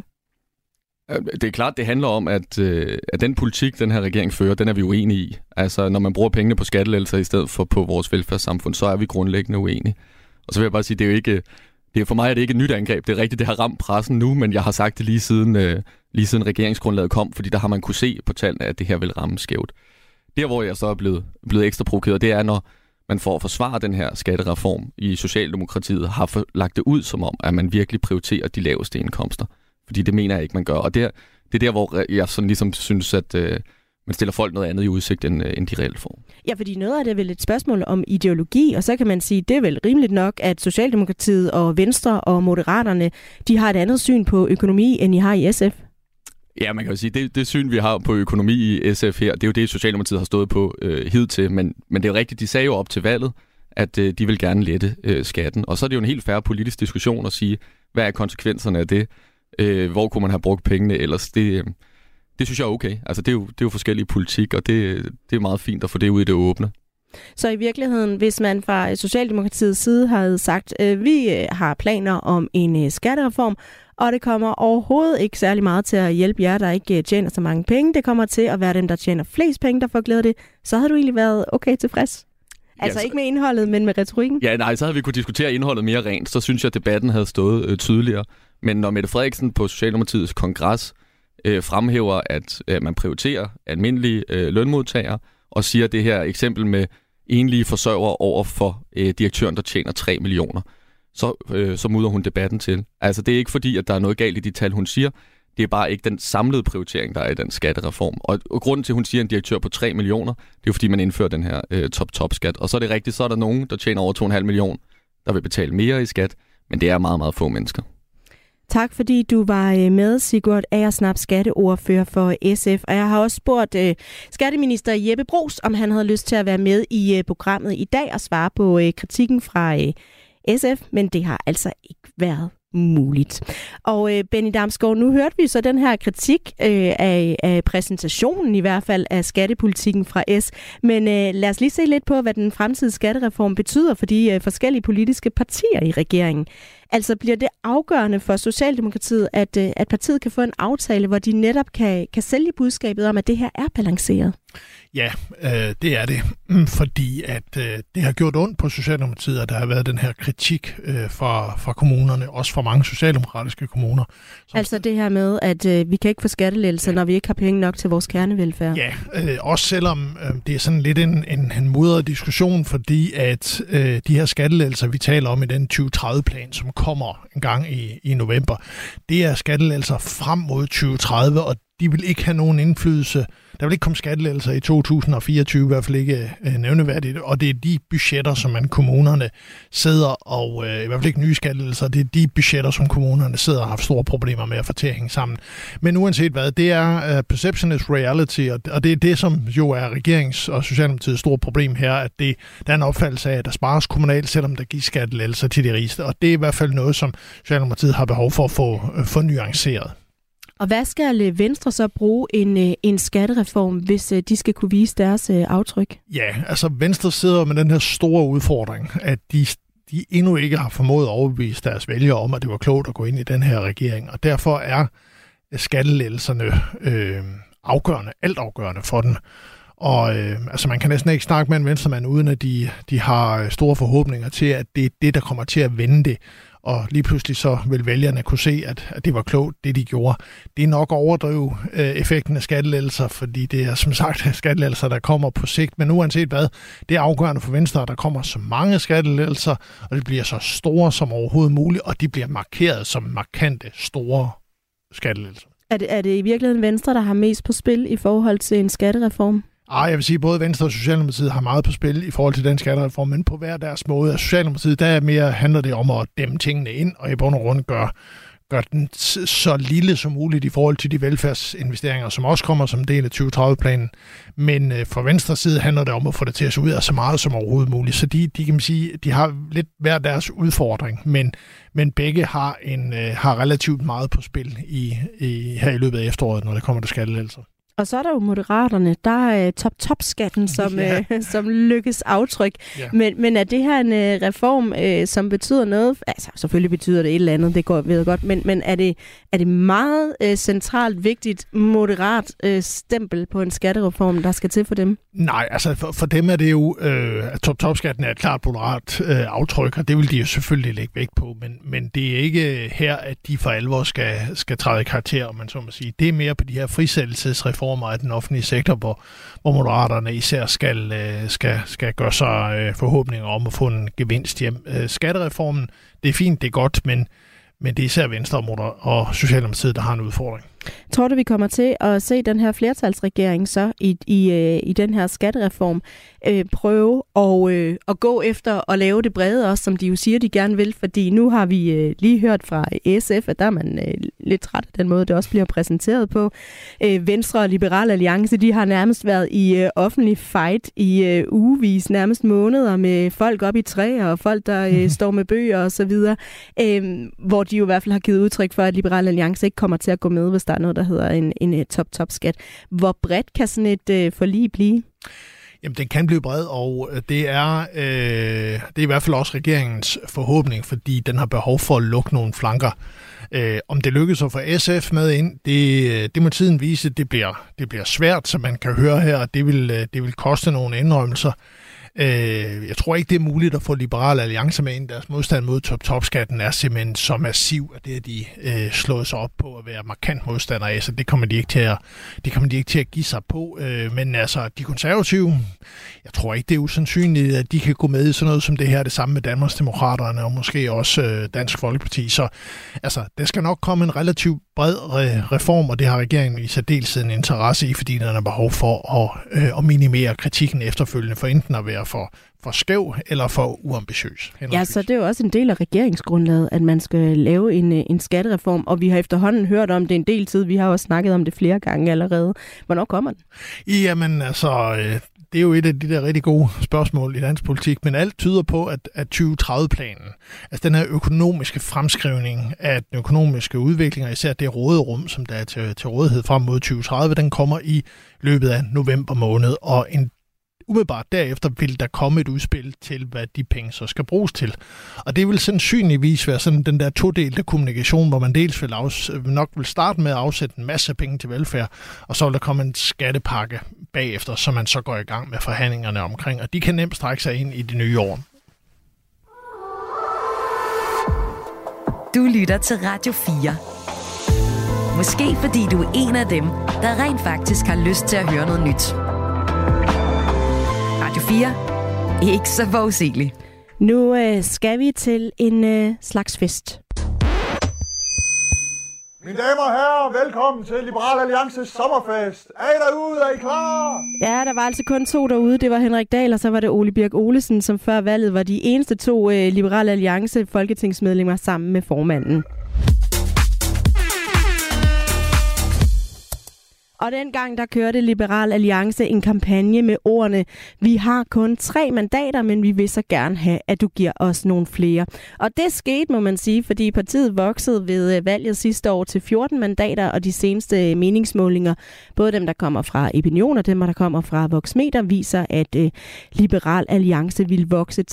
Det er klart, det handler om, at, øh, at den politik, den her regering fører, den er vi uenige i. Altså, når man bruger pengene på skattelettelser i stedet for på vores velfærdssamfund, så er vi grundlæggende uenige. Og så vil jeg bare sige, det er jo ikke... Det er for mig er det ikke et nyt angreb. Det er rigtigt, det har ramt pressen nu, men jeg har sagt det lige siden, øh, lige siden regeringsgrundlaget kom, fordi der har man kunne se på tallene, at det her vil ramme skævt. Der, hvor jeg så er blevet, blevet ekstra provokeret, det er, når man får at forsvare den her skattereform i Socialdemokratiet, har for, lagt det ud som om, at man virkelig prioriterer de laveste indkomster. Fordi det mener jeg ikke, man gør. Og det er, det er der, hvor jeg sådan ligesom synes, at øh, man stiller folk noget andet i udsigt, end, end de reelt får. Ja, fordi noget af det er vel et spørgsmål om ideologi, og så kan man sige, det er vel rimeligt nok, at Socialdemokratiet og Venstre og Moderaterne, de har et andet syn på økonomi, end I har i S F. Ja, man kan jo sige, det, det syn, vi har på økonomi i S F her, det er jo det, Socialdemokratiet har stået på øh, hidtil, men, men det er jo rigtigt, de sagde jo op til valget, at øh, de vil gerne lette øh, skatten, og så er det jo en helt fair politisk diskussion at sige, hvad er konsekvenserne af det? Øh, hvor kunne man have brugt pengene ellers? Det, øh, det synes jeg er okay. Altså, det er jo, det er jo forskellige politik, og det, det er meget fint at få det ud i det åbne. Så i virkeligheden, hvis man fra Socialdemokratiets side havde sagt, at øh, vi har planer om en øh, skattereform, og det kommer overhovedet ikke særlig meget til at hjælpe jer, der ikke tjener så mange penge. Det kommer til at være dem, der tjener flest penge, der får glæde af det. Så havde du egentlig været okay tilfreds? Altså ja, ikke med indholdet, men med retorikken? Ja, nej, så havde vi kunne diskutere indholdet mere rent. Så synes jeg, at debatten havde stået øh, tydeligere. Men når Mette Frederiksen på Socialdemokratiets kongres øh, fremhæver, at øh, man prioriterer almindelige øh, lønmodtagere, og siger det her eksempel med enlige forsørgere over for øh, direktøren, der tjener tre millioner, så, øh, så mudder hun debatten til. Altså, det er ikke fordi, at der er noget galt i de tal, hun siger. Det er bare ikke den samlede prioritering, der er i den skattereform. Og, og grunden til, at hun siger en direktør på tre millioner, det er jo fordi, man indfører den her øh, top-top-skat. Og så er det rigtigt, så er der nogen, der tjener over to komma fem millioner, der vil betale mere i skat, men det er meget, meget få mennesker. Tak fordi du var med, Sigurd Agersnap, skatteordfører for S F. Og jeg har også spurgt uh, skatteminister Jeppe Bruus, om han havde lyst til at være med i uh, programmet i dag og svare på uh, kritikken fra uh, S F, men det har altså ikke været muligt. Og øh, Benny Damsgaard, nu hørte vi så den her kritik øh, af, af præsentationen i hvert fald af skattepolitikken fra S. Men øh, lad os lige se lidt på, hvad den fremtidige skattereform betyder for de øh, forskellige politiske partier i regeringen. Altså bliver det afgørende for Socialdemokratiet, at, øh, at partiet kan få en aftale, hvor de netop kan, kan sælge budskabet om, at det her er balanceret? Ja, øh, det er det, fordi at øh, det har gjort ondt på Socialdemokratiet, at der har været den her kritik øh, fra, fra kommunerne, også fra mange socialdemokratiske kommuner. Altså det her med, at øh, vi kan ikke få skattelettelser, ja. Når vi ikke har penge nok til vores kernevelfærd. Ja, øh, også selvom øh, det er sådan lidt en, en, en mudret diskussion, fordi at øh, de her skattelettelser, vi taler om i den tyve tredive-plan, som kommer en gang i, i november, det er skattelettelser frem mod tyve tredive, og de vil ikke have nogen indflydelse. Der vil ikke komme skattelettelser i to tusind fireogtyve, i hvert fald ikke øh, nævneværdigt, og det er de budgetter, som man kommunerne sidder, og øh, i hvert fald ikke nye skattelettelser, det er de budgetter, som kommunerne sidder og har haft store problemer med at få til at hænge sammen. Men uanset hvad, det er uh, perception is reality, og, og det er det, som jo er regerings- og Socialdemokratiets store problem her, at det, der er en opfattelse af, at der spares kommunalt, selvom der gives skattelettelser til de rigeste, og det er i hvert fald noget, som Socialdemokratiet har behov for at få, uh, få nuanceret. Og hvad skal Venstre så bruge en, en skattereform, hvis de skal kunne vise deres aftryk? Ja, altså Venstre sidder med den her store udfordring, at de, de endnu ikke har formået at overbevise deres vælgere om, at det var klogt at gå ind i den her regering. Og derfor er skattelettelserne øh, afgørende, altafgørende for den. Og øh, altså man kan næsten ikke snakke med en venstremand, uden at de, de har store forhåbninger til, at det er det, der kommer til at vende det. Og lige pludselig så vil vælgerne kunne se, at, at det var klogt, det de gjorde. Det er nok at overdrive øh, effekten af skattelettelser, fordi det er som sagt skattelettelser, der kommer på sigt. Men uanset hvad, det er afgørende for Venstre, at der kommer så mange skattelettelser, og det bliver så store som overhovedet muligt, og de bliver markeret som markante store skattelettelser. Er det, er det i virkeligheden Venstre, der har mest på spil i forhold til en skattereform? Ej, jeg vil sige, at både Venstre og Socialdemokratiet har meget på spil i forhold til den skattereform, men på hver deres måde. Og Socialdemokratiet, der er mere, handler det om at dæmme tingene ind, og i bund og grund gør, gør den så lille som muligt i forhold til de velfærdsinvesteringer, som også kommer som del af tyve tredive-planen. Men for Venstres side handler det om at få det til at se ud af så meget som overhovedet muligt. Så de, de kan man sige, de har lidt hver deres udfordring, men, men begge har, en, har relativt meget på spil i, i, her i løbet af efteråret, når det kommer til skattelettelser. Og så er der jo Moderaterne, der er top-top-skatten, som, ja. øh, som lykkes aftryk. Ja. Men, men er det her en øh, reform, øh, som betyder noget? Altså, selvfølgelig betyder det et eller andet, det går ved jeg godt. Men, men er, det, er det meget øh, centralt vigtigt, moderat øh, stempel på en skattereform, der skal til for dem? Nej, altså for, for dem er det jo, øh, at top-top-skatten er et klart moderat øh, aftryk, og det vil de jo selvfølgelig lægge vægt på. Men, men det er ikke her, at de for alvor skal, skal træde i karakter, om man så må sige. Det er mere på de her frisættelsesreformer af den offentlige sektor, hvor, hvor Moderaterne især skal, skal, skal gøre sig forhåbninger om at få en gevinst hjem. Skattereformen, det er fint, det er godt, men, men det er især Venstre og, og Socialdemokratiet, der har en udfordring. Tror du, vi kommer til at se den her flertalsregering så i, i, i den her skattereform øh, prøve at, øh, at gå efter at lave det brede også, som de jo siger, de gerne vil? Fordi nu har vi øh, lige hørt fra S F, at der er man øh, lidt træt af den måde, det også bliver præsenteret på. Øh, Venstre og Liberal Alliance, de har nærmest været i øh, offentlig fight i øh, ugevis, nærmest måneder med folk op i træer og folk, der øh, står med bøger og så videre. Øh, hvor de jo i hvert fald har givet udtryk for, at Liberal Alliance ikke kommer til at gå med, hvis der er noget, der hedder en, en top-top-skat. Hvor bredt kan sådan et øh, forlig blive? Jamen, den kan blive bred, og det er, øh, det er i hvert fald også regeringens forhåbning, fordi den har behov for at lukke nogle flanker. Øh, om det lykkes at få S F med ind, det, det må tiden vise. Det bliver, det bliver svært, som man kan høre her, og det vil, det vil koste nogle indrømmelser. Jeg tror ikke, det er muligt at få Liberal Alliance med ind. Deres modstand mod top-top-skatten er simpelthen så massiv, at det er de øh, slået sig op på at være markant modstandere af, så det kommer de ikke til at, det kommer de ikke til at give sig på. Øh, men altså, de konservative, jeg tror ikke, det er usandsynligt, at de kan gå med i sådan noget som det her, det samme med Danmarksdemokraterne og måske også øh, Dansk Folkeparti. Så altså, der skal nok komme en relativt bred reform, og det har regeringen i særdeleshed en interesse i, fordi den har behov for at, øh, at minimere kritikken efterfølgende, for enten at være for, for skæv eller for uambitiøs. Ja, så det er jo også en del af regeringsgrundlaget, at man skal lave en, en skattereform, og vi har efterhånden hørt om det en del tid. Vi har også snakket om det flere gange allerede. Hvornår kommer den? Jamen altså, det er jo et af de der rigtig gode spørgsmål i dansk politik, men alt tyder på, at, at tyve tredive-planen, altså den her økonomiske fremskrivning af den økonomiske udvikling, og især det råderum, som der er til, til rådighed frem mod tyve tredive, den kommer i løbet af november måned, og en umiddelbart derefter vil der komme et udspil til, hvad de penge så skal bruges til. Og det vil sandsynligvis være sådan den der todelte kommunikation, hvor man dels vil afs- nok vil starte med at afsætte en masse penge til velfærd, og så vil der komme en skattepakke bagefter, så man så går i gang med forhandlingerne omkring, og de kan nemt strække sig ind i det nye år. Du lytter til Radio fire. Måske fordi du er en af dem, der rent faktisk har lyst til at høre noget nyt. Radio fire. Ikke så forudsigeligt. Nu øh, skal vi til en øh, slags fest. Mine damer og herrer, velkommen til Liberal Alliances sommerfest. Er I derude? Er I klar? Ja, der var altså kun to derude. Det var Henrik Dahl, og så var det Ole Birk Olesen, som før valget var de eneste to øh, Liberal Alliance folketingsmedlemmer sammen med formanden. Og dengang der kørte Liberal Alliance en kampagne med ordene: vi har kun tre mandater, men vi vil så gerne have, at du giver os nogle flere. Og det skete, må man sige, fordi partiet voksede ved valget sidste år til fjorten mandater, og de seneste meningsmålinger, både dem, der kommer fra Opinion og dem, der kommer fra Voxmeter, viser, at Liberal Alliance vil vokse til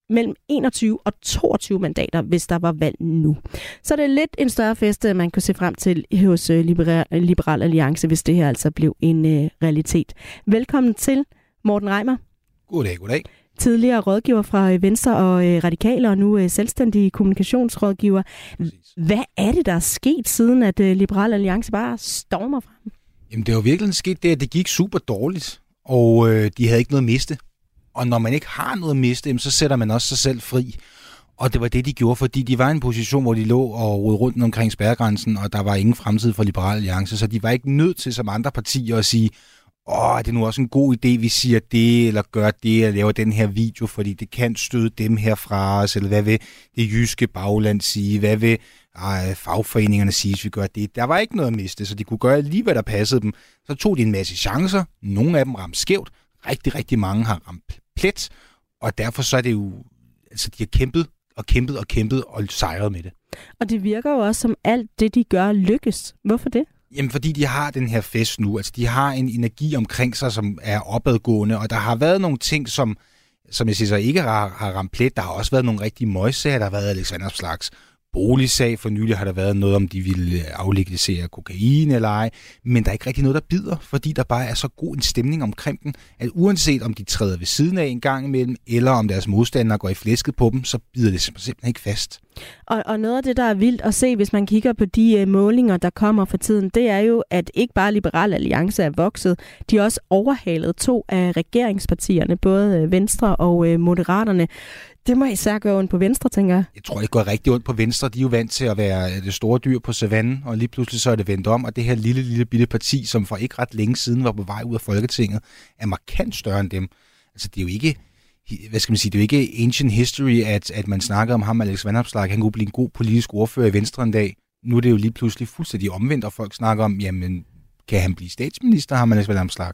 mellem enogtyve og toogtyve mandater, hvis der var valg nu. Så det er lidt en større fest, man kunne se frem til hos Liberal, Liberal Alliance, hvis det her altså blev en uh, realitet. Velkommen til, Morten Reimer. Goddag, goddag. Tidligere rådgiver fra Venstre og uh, Radikale, og nu uh, selvstændig kommunikationsrådgiver. Hvad er det, der er sket, siden at uh, Liberal Alliance bare stormer frem? Jamen, det var virkelig sket det, at det gik super dårligt, og øh, de havde ikke noget at miste. Og når man ikke har noget at miste, så sætter man også sig selv fri. Og det var det, de gjorde, fordi de var i en position, hvor de lå og rodede rundt omkring spærregrænsen, og der var ingen fremtid for Liberal Alliance, så de var ikke nødt til som andre partier at sige, åh, det er nu også en god idé, vi siger det, eller gør det, eller laver den her video, fordi det kan støde dem her fra os, eller hvad vil det jyske bagland sige, hvad vil øh, fagforeningerne sige, hvis vi gør det. Der var ikke noget at miste, så de kunne gøre lige, hvad der passede dem. Så tog de en masse chancer, nogle af dem ramte skævt, rigtig, rigtig mange har ramt plet, og derfor så er det jo, altså de har kæmpet og kæmpet og kæmpet og sejret med det. Og det virker jo også som alt det, de gør, lykkes. Hvorfor det? Jamen, fordi de har den her fest nu. Altså, de har en energi omkring sig, som er opadgående, og der har været nogle ting, som, som jeg siger så ikke har, har ramt plet. Der har også været nogle rigtige møgssager. Der har været Alex Vanopslaghs boligsag. For nylig har der været noget, om de ville aflegalisere kokain eller ej. Men der er ikke rigtig noget, der bider, fordi der bare er så god en stemning omkring den, at uanset om de træder ved siden af en gang imellem, eller om deres modstandere går i flæsket på dem, så bider det simpelthen ikke fast. Og, og noget af det, der er vildt at se, hvis man kigger på de uh, målinger, der kommer for tiden, det er jo, at ikke bare Liberal Alliance er vokset, de har også overhalet to af regeringspartierne, både uh, Venstre og uh, Moderaterne. Det må især gøre ondt på Venstre, tænker jeg. Jeg tror, det går rigtig ondt på Venstre. De er jo vant til at være det store dyr på savannen, og lige pludselig så er det vendt om, og det her lille, lille, bitte parti, som for ikke ret længe siden var på vej ud af Folketinget, er markant større end dem. Altså, det er jo ikke, hvad skal man sige, det er jo ikke ancient history, at, at man snakker om ham, Alex Vanopslagh, han kunne blive en god politisk ordfører i Venstre en dag. Nu er det jo lige pludselig fuldstændig omvendt, og folk snakker om, jamen, kan han blive statsminister, ham Alex Vanopslagh?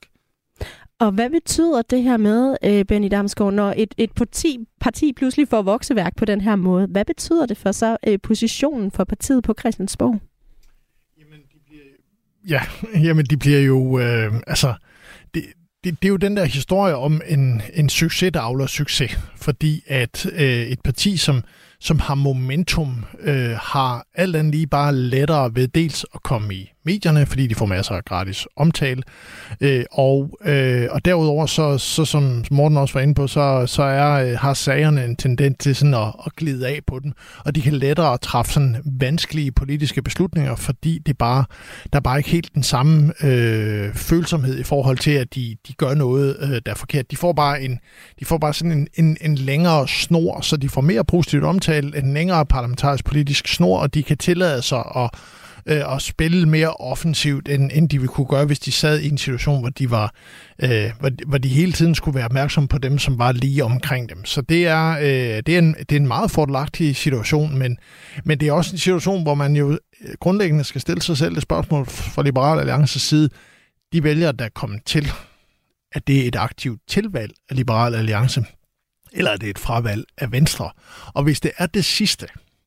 Og hvad betyder det her med, øh, Benny Damsgaard, når et, et parti, parti pludselig får vokseværk på den her måde? Hvad betyder det for så øh, positionen for partiet på Christiansborg? Jamen, de bliver, ja, jamen, de bliver jo... Øh, altså, det, det, det er jo den der historie om en, en succes, der avler succes. Fordi at øh, et parti, som, som har momentum, øh, har alt andet lige bare lettere ved dels at komme i medierne, fordi de får masser af gratis omtale. Øh, og, øh, og derudover, så, så som Morten også var inde på, så, så er, har sagerne en tendens til sådan at, at glide af på dem. Og de kan lettere at træffe sådan vanskelige politiske beslutninger, fordi det bare, der er bare ikke helt den samme øh, følsomhed i forhold til, at de, de gør noget, øh, der er forkert. De får bare, en, de får bare sådan en, en, en længere snor, så de får mere positivt omtale, en længere parlamentarisk politisk snor, og de kan tillade sig at og spille mere offensivt, end, end de ville kunne gøre, hvis de sad i en situation, hvor de var, øh, hvor, hvor de hele tiden skulle være opmærksomme på dem, som var lige omkring dem. Så det er, øh, det er, en, det er en meget fordelagtig situation, men, men det er også en situation, hvor man jo grundlæggende skal stille sig selv et spørgsmål fra Liberal Alliances side. De vælger, der er kommet til, at det er et aktivt tilvalg af Liberal Alliance, eller er det et fravalg af Venstre. Og hvis det er det sidste,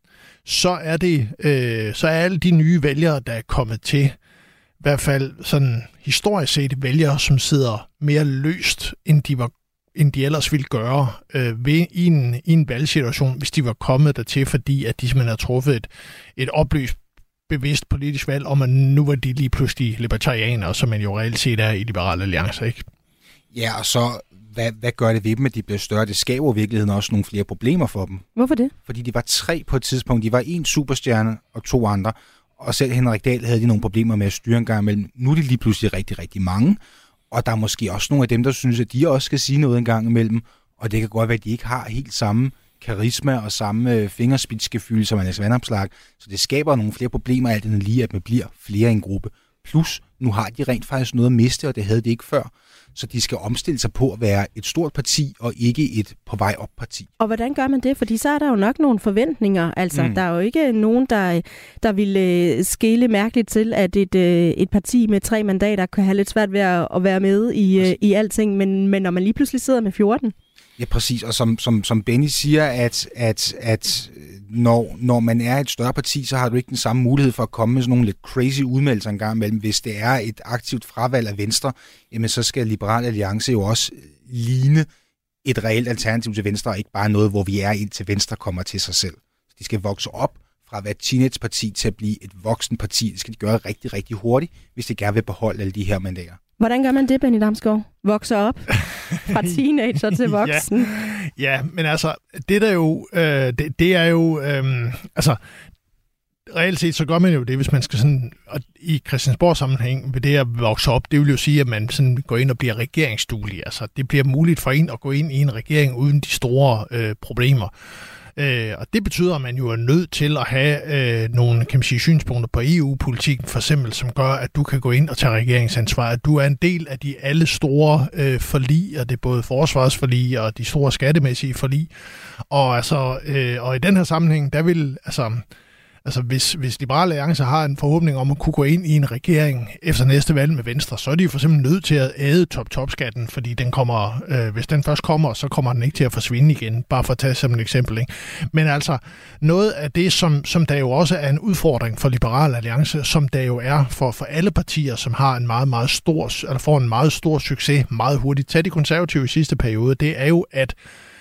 så er det øh, så er alle de nye vælgere, der er kommet til, i hvert fald sådan historisk set vælgere, som sidder mere løst, end de, var, end de ellers ville gøre øh, ved, i, en, i en valgsituation, hvis de var kommet dertil, fordi at de simpelthen har truffet et, et oplyst, bevidst politisk valg, om at nu var de lige pludselig libertarianere, som man jo reelt set er i Liberal Alliance, ikke? Ja, og så Hvad, hvad gør det ved dem, at de bliver større? Det skaber i virkeligheden også nogle flere problemer for dem. Hvorfor det? Fordi de var tre på et tidspunkt. De var en superstjerne og to andre. Og selv Henrik Dahl havde de nogle problemer med at styre en gang imellem. Nu er de lige pludselig rigtig, rigtig mange. Og der er måske også nogle af dem, der synes, at de også skal sige noget en gang imellem. Og det kan godt være, at de ikke har helt samme karisma og samme fingerspidsgefühl som Alex Vanopslagh. Så det skaber nogle flere problemer, alt andet lige, at man bliver flere i en gruppe. Plus, nu har de rent faktisk noget at miste, og det havde de ikke før. Så de skal omstille sig på at være et stort parti, og ikke et på vej op parti. Og hvordan gør man det? Fordi så er der jo nok nogle forventninger. Altså, mm. der er jo ikke nogen, der, der vil skele mærkeligt til, at et, et parti med tre mandater kan have lidt svært ved at, at være med i, i alting, men, men når man lige pludselig sidder med fjorten. Ja, præcis. Og som, som, som Benny siger, at, at, at når, når man er et større parti, så har du ikke den samme mulighed for at komme med sådan nogle lidt crazy udmeldelser en gang imellem. Hvis det er et aktivt fravalg af Venstre, jamen så skal Liberal Alliance jo også ligne et reelt alternativ til Venstre, og ikke bare noget, hvor vi er indtil Venstre kommer til sig selv. De skal vokse op fra at være et teenageparti til at blive et voksen parti. Det skal de gøre rigtig, rigtig hurtigt, hvis de gerne vil beholde alle de her mandater. Hvordan gør man det, Benny Damsgaard? Vokser op fra teenager til voksen? ja, ja, men altså, det der jo, øh, det, det er jo, øh, altså, reelt set, så gør man jo det, hvis man skal sådan, og i Christiansborg sammenhæng, ved det at vokse op, det vil jo sige, at man sådan går ind og bliver regeringsduelig. Altså, det bliver muligt for en at gå ind i en regering uden de store øh, problemer. Øh, og det betyder, at man jo er nødt til at have øh, nogle, kan man sige, synspunkter på E U-politikken, for eksempel, som gør, at du kan gå ind og tage regeringsansvar. At du er en del af de alle store øh, forlig, og det er både forsvarsforlig og de store skattemæssige forlig. Og, altså, øh, og i den her sammenhæng, der vil, altså, altså hvis, hvis Liberal Alliance har en forhåbning om at kunne gå ind i en regering efter næste valg med Venstre, så er de jo for eksempel nødt til at æde top-top-skatten, fordi den kommer, øh, hvis den først kommer, så kommer den ikke til at forsvinde igen, bare for at tage som et eksempel. Ikke? Men altså, noget af det, som, som der jo også er en udfordring for Liberal Alliance, som der jo er for, for alle partier, som har en meget, meget stor, eller får en meget stor succes meget hurtigt. Tag de konservative i sidste periode, det er jo, at,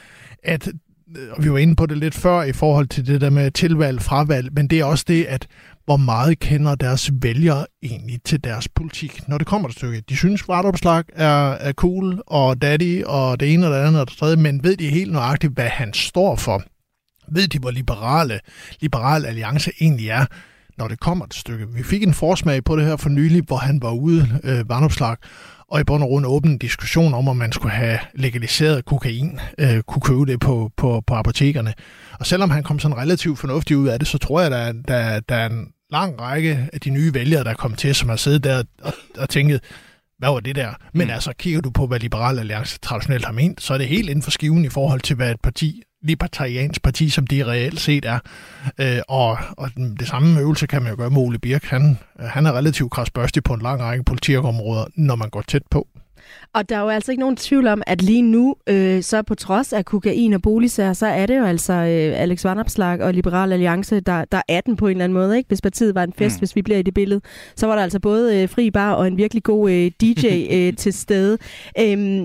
at og vi var inde på det lidt før i forhold til det der med tilvalg, fravalg, men det er også det, at hvor meget kender deres vælgere egentlig til deres politik, når det kommer til stykket. De synes, Vanopslagh er, er cool, og daddy, og det ene og det andet og det tredje, men ved de helt nøjagtigt, hvad han står for? Ved de, hvor liberale, Liberal Alliance egentlig er, når det kommer til stykket? Vi fik en forsmag på det her for nylig, hvor han var ude, øh, Vanopslagh, og i bund og grund åbne en diskussion om, om man skulle have legaliseret kokain, øh, kunne købe det på, på, på apotekerne. Og selvom han kom sådan relativt fornuftigt ud af det, så tror jeg, der, der, der er en lang række af de nye vælgere, der kom til, som har siddet der og, og tænkt, hvad var det der? Men mm. altså, kigger du på, hvad Liberal Alliance traditionelt har ment, så er det helt inden for skiven i forhold til, hvad et parti, libertariansk parti, som det reelt set er. Øh, og, og det samme øvelse kan man jo gøre med Ole Birk. Han, han er relativt kradsbørstig på en lang række politikområder, når man går tæt på. Og der er jo altså ikke nogen tvivl om, at lige nu, øh, så på trods af kokain og boligsager, så er det jo altså øh, Alex Vanopslagh og Liberal Alliance, der, der er den på en eller anden måde. Ikke? Hvis partiet var en fest, mm. hvis vi bliver i det billede, så var der altså både øh, fri bar og en virkelig god øh, D J øh, til stede. Øhm,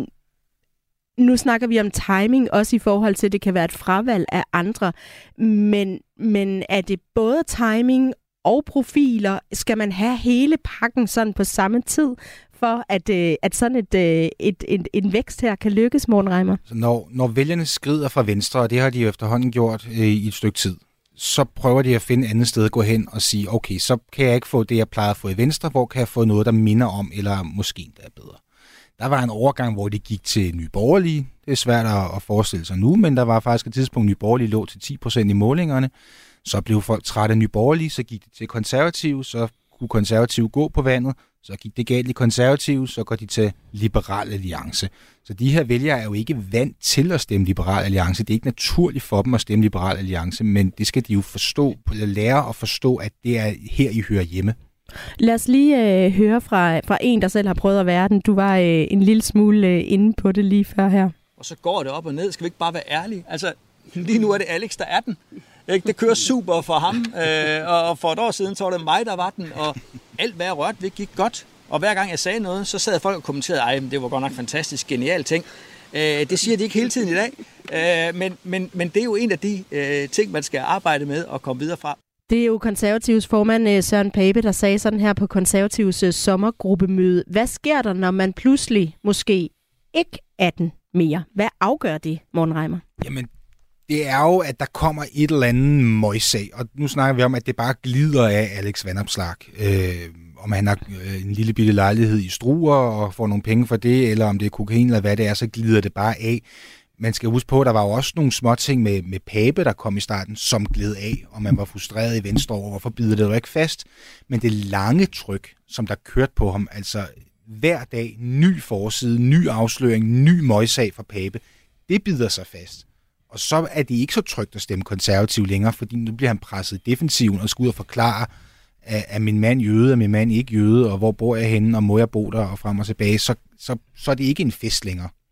Nu snakker vi om timing, også i forhold til, at det kan være et fravalg af andre. Men, men er det både timing og profiler? Skal man have hele pakken sådan på samme tid, for at, at sådan et, et, et, en vækst her kan lykkes, Morten Reimer? Når, når vælgerne skrider fra Venstre, og det har de jo efterhånden gjort øh, i et stykke tid, så prøver de at finde et andet sted at gå hen og sige, okay, så kan jeg ikke få det, jeg plejede at få i Venstre, hvor kan jeg få noget, der minder om, eller måske endda er bedre. Der var en overgang, hvor de gik til Nye Borgerlige. Det er svært at forestille sig nu, men der var faktisk et tidspunkt, Nye Borgerlige lå til ti procent i målingerne. Så blev folk trætte af Nye Borgerlige, så gik de til Konservative, så kunne Konservative gå på vandet. Så gik det galt i Konservative, så går de til Liberal Alliance. Så de her vælgere er jo ikke vant til at stemme Liberal Alliance. Det er ikke naturligt for dem at stemme Liberal Alliance, men det skal de jo forstå, eller lære at forstå, at det er her, I hører hjemme. Lad os lige øh, høre fra, fra en, der selv har prøvet at være den. Du var øh, en lille smule øh, inde på det lige før her. Og så går det op og ned. Skal vi ikke bare være ærlige? Altså, lige nu er det Alex, der er den. Ikke? Det kører super for ham. Øh, og for et år siden, så var det mig, der var den. Og alt, hvad jeg rørte ved, gik godt. Og hver gang jeg sagde noget, så sad folk og kommenterede, ej, det var godt nok fantastisk, genial ting. Øh, det siger de ikke hele tiden i dag. Øh, men, men, men det er jo en af de øh, ting, man skal arbejde med og komme videre fra. Det er jo Konservativs formand Søren Pape, der sagde sådan her på Konservativs sommergruppemøde. Hvad sker der, når man pludselig måske ikke er den mere? Hvad afgør det, Morten Reimer? Jamen, det er jo, at der kommer et eller andet møjsag. Og nu snakker vi om, at det bare glider af Alex Vanopslagh. Øh, om han har en lille bitte lejlighed i Struer og får nogle penge for det, eller om det er kokain eller hvad det er, så glider det bare af. Man skal huske på, at der var jo også nogle små ting med, med Pape, der kom i starten, som gled af, og man var frustreret i Venstre over, hvorfor bider det jo ikke fast. Men det lange tryk, som der kørte på ham, altså hver dag, ny forside, ny afsløring, ny møjsag fra Pape, det bider sig fast. Og så er det ikke så trygt at stemme konservativ længere, fordi nu bliver han presset i defensiven og skal ud og forklare, er, er min mand jøde, er min mand ikke jøde, og hvor bor jeg henne, og må jeg bo der, og frem og tilbage, så, så, så er det ikke en fest længere.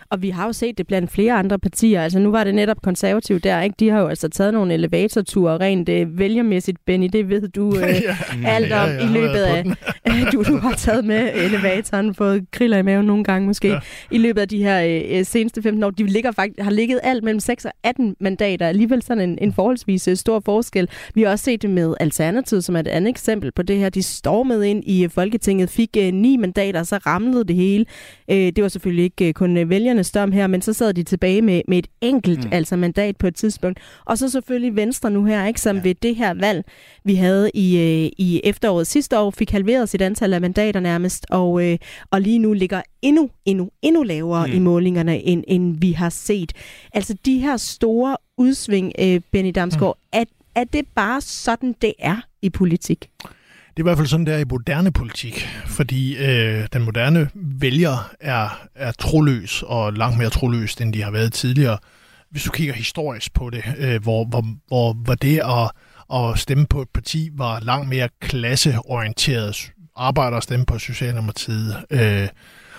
Og vi har jo set det blandt flere andre partier. Altså nu var det netop konservativt der, ikke? De har jo altså taget nogle elevatorture rent øh, vælgermæssigt, Benny. Det ved du øh, ja. alt om ja, ja, i løbet af... du, du har taget med elevatoren, fået kriller i maven nogle gange måske. Ja. I løbet af de her øh, seneste femten år. De ligger faktisk, har ligget alt mellem seks og atten mandater. Alligevel sådan en, en forholdsvis øh, stor forskel. Vi har også set det med Alternativet, som er et andet eksempel på det her. De stormede ind i Folketinget, fik øh, ni mandater, så ramlede det hele. Øh, det var selvfølgelig ikke øh, kun øh, vælgernes dom her, men så sad de tilbage med, med et enkelt mm. altså mandat på et tidspunkt. Og så selvfølgelig Venstre nu her, ikke, som ja. ved det her valg, vi havde i, øh, i efteråret sidste år, fik halveret sit antal af mandater nærmest, og, øh, og lige nu ligger endnu, endnu, endnu lavere mm. i målingerne, end, end vi har set. Altså de her store udsving, øh, Benny Damsgaard, mm. er, er det bare sådan, det er i politik? Det er i hvert fald sådan, det er i moderne politik, fordi øh, den moderne vælger er, er troløs og langt mere troløs, end de har været tidligere. Hvis du kigger historisk på det, øh, hvor, hvor, hvor, hvor det at, at stemme på et parti var langt mere klasseorienteret, arbejder stemme på Socialdemokratiet, øh,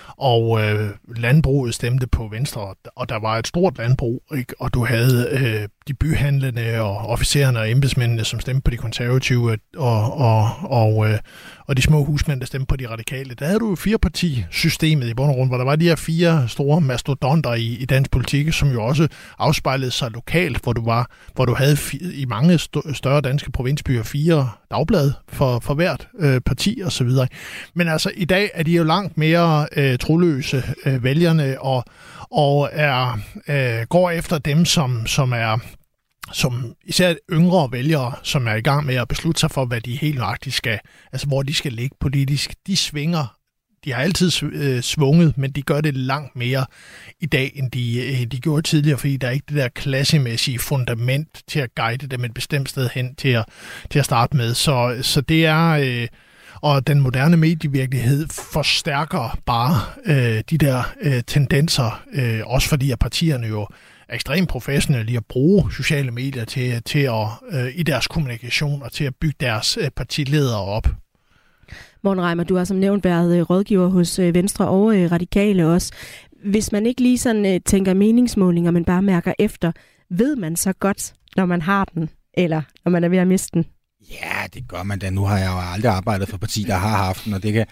og øh, landbruget stemte på Venstre, og der var et stort landbrug, ikke? Og du havde øh, de byhandlende og officererne og embedsmændene, som stemte på de konservative, og, og, og, øh, og de små husmænd, der stemte på de radikale. Der havde du firepartisystemet i bund og grund, hvor der var de her fire store mastodonter i, i dansk politik, som jo også afspejlede sig lokalt, hvor du var, hvor du havde fi, i mange st- større danske provinsbyer fire dagblade for, for hvert øh, parti og så videre. Men altså i dag er de jo langt mere øh, troløse øh, vælgerne og og er øh, går efter dem som som er som især yngre vælgere, som er i gang med at beslutte sig for, hvad de helt nøjagtigt skal, altså hvor de skal ligge politisk. De svinger. De har altid øh, svunget, men de gør det langt mere i dag, end de, øh, de gjorde tidligere, fordi der er ikke det der klassemæssige fundament til at guide dem et bestemt sted hen til at, til at starte med. Så, så det er... Øh, og den moderne medievirkelighed forstærker bare øh, de der øh, tendenser, øh, også fordi at partierne jo er ekstremt professionelle i at bruge sociale medier til, til at, øh, i deres kommunikation og til at bygge deres øh, partiledere op. Morten Reimer, du har som nævnt været øh, rådgiver hos øh, Venstre og øh, Radikale også. Hvis man ikke lige sådan øh, tænker meningsmålinger, men bare mærker efter, ved man så godt, når man har den, eller når man er ved at miste den? Ja, det gør man da. Nu har jeg jo aldrig arbejdet for parti, der har haft den, og det kan,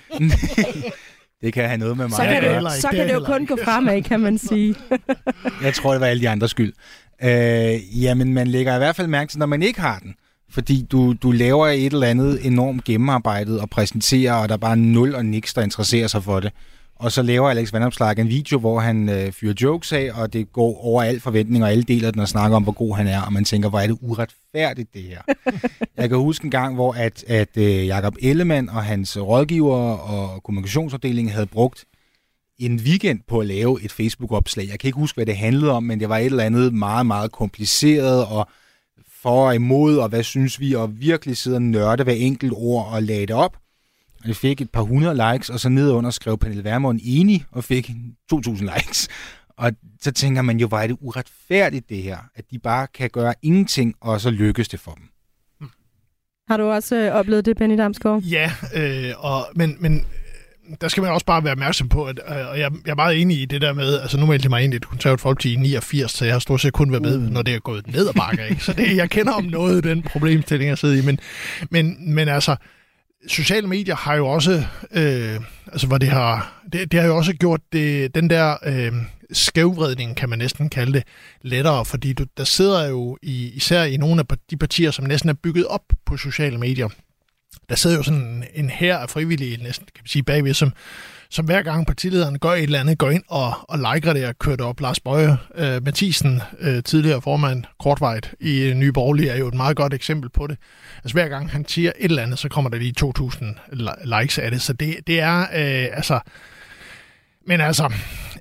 det kan have noget med mig. Så kan det, så kan det jo kun gå fremad, kan man sige. Jeg tror, det var alle de andres skyld. Øh, jamen, man lægger i hvert fald mærke til, når man ikke har den. Fordi du, du laver et eller andet enormt gennemarbejdet og præsenterer, og der er bare nul og niks, der interesserer sig for det. Og så laver Alex Vanopslagh en video, hvor han øh, fyrer jokes af, og det går over al forventning, og alle deler den og snakker om, hvor god han er, og man tænker, hvor er det uretfærdigt, det her. Jeg kan huske en gang, hvor at, at øh, Jakob Ellemann og hans rådgiver og kommunikationsafdelingen havde brugt en weekend på at lave et Facebook-opslag. Jeg kan ikke huske, hvad det handlede om, men det var et eller andet meget, meget kompliceret, og for og imod, og hvad synes vi, og virkelig sidde og nørde hver enkelt ord og lagde det op. Og det fik et par hundrede likes, og så nedunder skrev Pernille Vermund enig, og fik to tusind likes. Og så tænker man jo, hvor er det uretfærdigt det her, at de bare kan gøre ingenting, og så lykkes det for dem. Har du også øh, oplevet det, Benny Damsgaard? Ja, øh, og, men, men der skal man også bare være opmærksom på, at, øh, og jeg, jeg er meget enig i det der med, altså nu meldte jeg mig ind i et konservativt folkeparti i niogfirs, så jeg har stort set kun været med, når det er gået ned ad bakke, ikke? Så det, jeg kender om noget den problemstilling, jeg sidder i, men, men, men altså, sociale medier har jo også, øh, altså hvor det har, det, det har jo også gjort det, den der øh, skævvridning, kan man næsten kalde det, lettere, fordi du, der sidder jo i, især i nogle af de partier, som næsten er bygget op på sociale medier, der sidder jo sådan en, en hær af frivillige, næsten kan man sige bagved, som, som hver gang partilederen gør et eller andet, går ind og, og liker det og kører det op. Lars Boje øh, Mathisen, øh, tidligere formand kortvejt i Nye Borgerlige, er jo et meget godt eksempel på det. Altså hver gang han siger et eller andet, så kommer der lige to tusind likes af det. Så det, det er øh, altså... Men altså,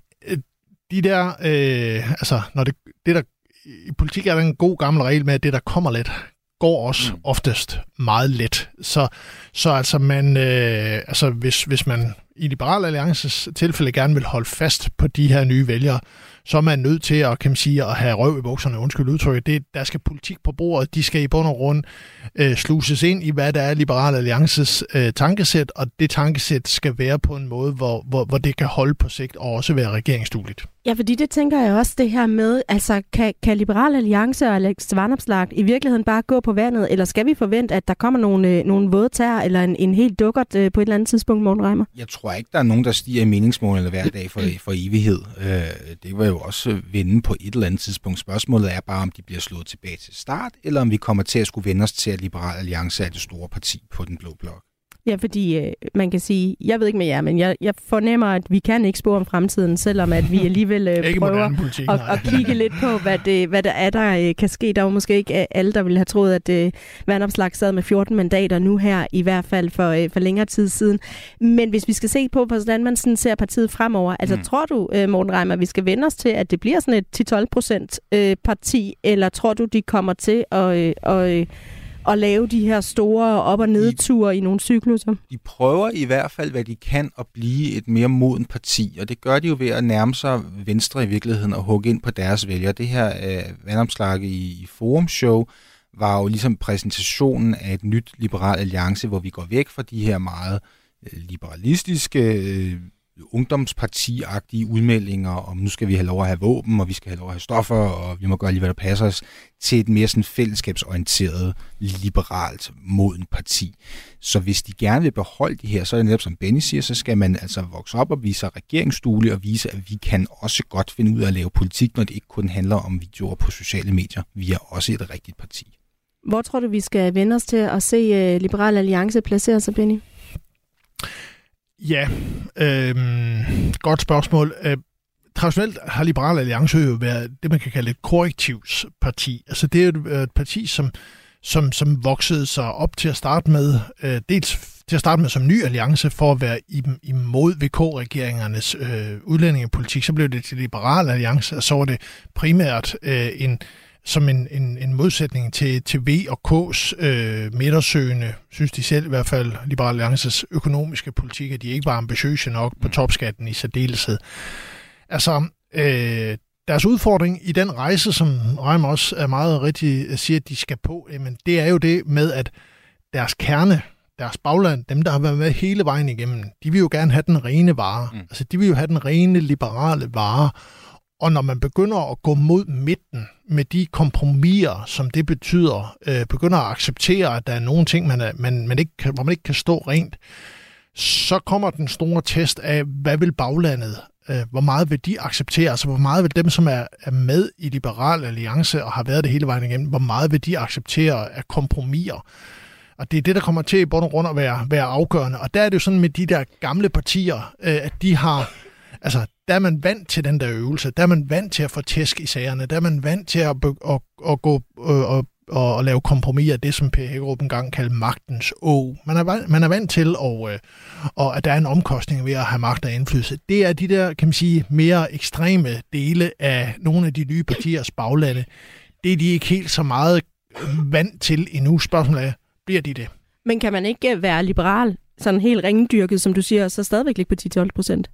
de der... Øh, altså, når det, det der... I politik er der en god gammel regel med, at det, der kommer let, går også mm. oftest meget let. Så, så altså, man, øh, altså hvis, hvis man i Liberal Alliances tilfælde gerne vil holde fast på de her nye vælgere, så er man nødt til at, kan man sige, at have røv i bukserne, undskyld udtrykket. Det, der skal politik på bordet, de skal i bund og grund øh, sluses ind i, hvad der er Liberal Alliances øh, tankesæt, og det tankesæt skal være på en måde, hvor, hvor, hvor det kan holde på sigt og også være regeringsdueligt. Ja, fordi det tænker jeg også, det her med, altså kan, kan Liberal Alliance og Alex Vanopslagh i virkeligheden bare gå på vandet, eller skal vi forvente, at der kommer nogle, nogle våde tæer, eller en, en helt dukkert øh, på et eller andet tidspunkt, Morten Reimer? Jeg tror ikke, der er nogen, der stiger i meningsmålene hver dag for, for evighed. Øh, det vil jo også vende på et eller andet tidspunkt. Spørgsmålet er bare, om de bliver slået tilbage til start, eller om vi kommer til at skulle vende os til, at Liberal Alliance er det store parti på den blå blok. Ja, fordi øh, man kan sige, jeg ved ikke med jer, men jeg, jeg fornemmer, at vi kan ikke spå om fremtiden, selvom at vi alligevel øh, prøver politik, at, at kigge lidt på, hvad, det, hvad der er, der øh, kan ske. Der var måske ikke alle, der ville have troet, at øh, Vanopslagh sad med fjorten mandater nu her, i hvert fald for, øh, for længere tid siden. Men hvis vi skal se på, hvordan man sådan ser partiet fremover, altså mm. tror du, øh, Morten Reimer, at vi skal vende os til, at det bliver sådan et ti til tolv procent øh, parti, eller tror du, de kommer til at... Øh, og, øh, at lave de her store op- og nedture i nogle cykluser? De prøver i hvert fald, hvad de kan, at blive et mere modent parti, og det gør de jo ved at nærme sig Venstre i virkeligheden og hugge ind på deres vælgere. Det her øh, Vanopslagh i, i Forum Show var jo ligesom præsentationen af et nyt Liberal Alliance, hvor vi går væk fra de her meget øh, liberalistiske, øh, ungdomsparti-agtige udmeldinger om, nu skal vi have lov at have våben, og vi skal have lov at have stoffer, og vi må gøre lige, hvad der passer os, til et mere sådan fællesskabsorienteret, liberalt, modent parti. Så hvis de gerne vil beholde de her, så er det netop, som Benny siger, så skal man altså vokse op og vise sig regeringsduelig og vise, at vi kan også godt finde ud af at lave politik, når det ikke kun handler om videoer på sociale medier. Vi er også et rigtigt parti. Hvor tror du, vi skal vende os til at se uh, Liberal Alliance placere sig, Benny? Ja, øh, godt spørgsmål. Øh, traditionelt har Liberal Alliance jo været det, man kan kalde et korrektivsparti. Altså det er jo et parti, som, som, som voksede sig op til at starte med, øh, dels til at starte med som ny alliance for at være imod V K-regeringernes øh, udlændingepolitik. Så blev det til Liberal Alliance, og så var det primært øh, en som en, en, en modsætning til, til V og K's øh, midtersøgende, synes de selv i hvert fald, Liberal Alliances økonomiske politik, at de ikke var ambitiøse nok på topskatten i særdeleshed. Altså, øh, deres udfordring i den rejse, som Reimer også er meget rigtig siger, at de skal på, jamen, det er jo det med, at deres kerne, deres bagland, dem der har været med hele vejen igennem, de vil jo gerne have den rene vare. Mm. Altså, de vil jo have den rene liberale vare. Og når man begynder at gå mod midten med de kompromiser, som det betyder, øh, begynder at acceptere, at der er nogle ting, man er, man, man ikke kan, hvor man ikke kan stå rent, så kommer den store test af, hvad vil baglandet, øh, hvor meget vil de acceptere, altså hvor meget vil dem, som er, er med i Liberal Alliance og har været det hele vejen igennem, hvor meget vil de acceptere af kompromiser. Og det er det, der kommer til i bund og grund at være, være afgørende. Og der er det jo sådan med de der gamle partier, øh, at de har... Altså, der er man vant til den der øvelse. Der er man vant til at få tæsk i sagerne. Der er man vant til at, at, at gå og, og, og lave kompromiser, det som Per Hækkerup engang kaldte magtens å. Man er, man er vant til, og, og at der er en omkostning ved at have magt og indflydelse. Det er de der, kan man sige, mere ekstreme dele af nogle af de nye partiers baglande. Det er de ikke helt så meget vant til endnu. Spørgsmålet er, bliver de det? Men kan man ikke være liberal, sådan helt ringdyrket, som du siger, så stadigvæk ligge på ti til tolv procent?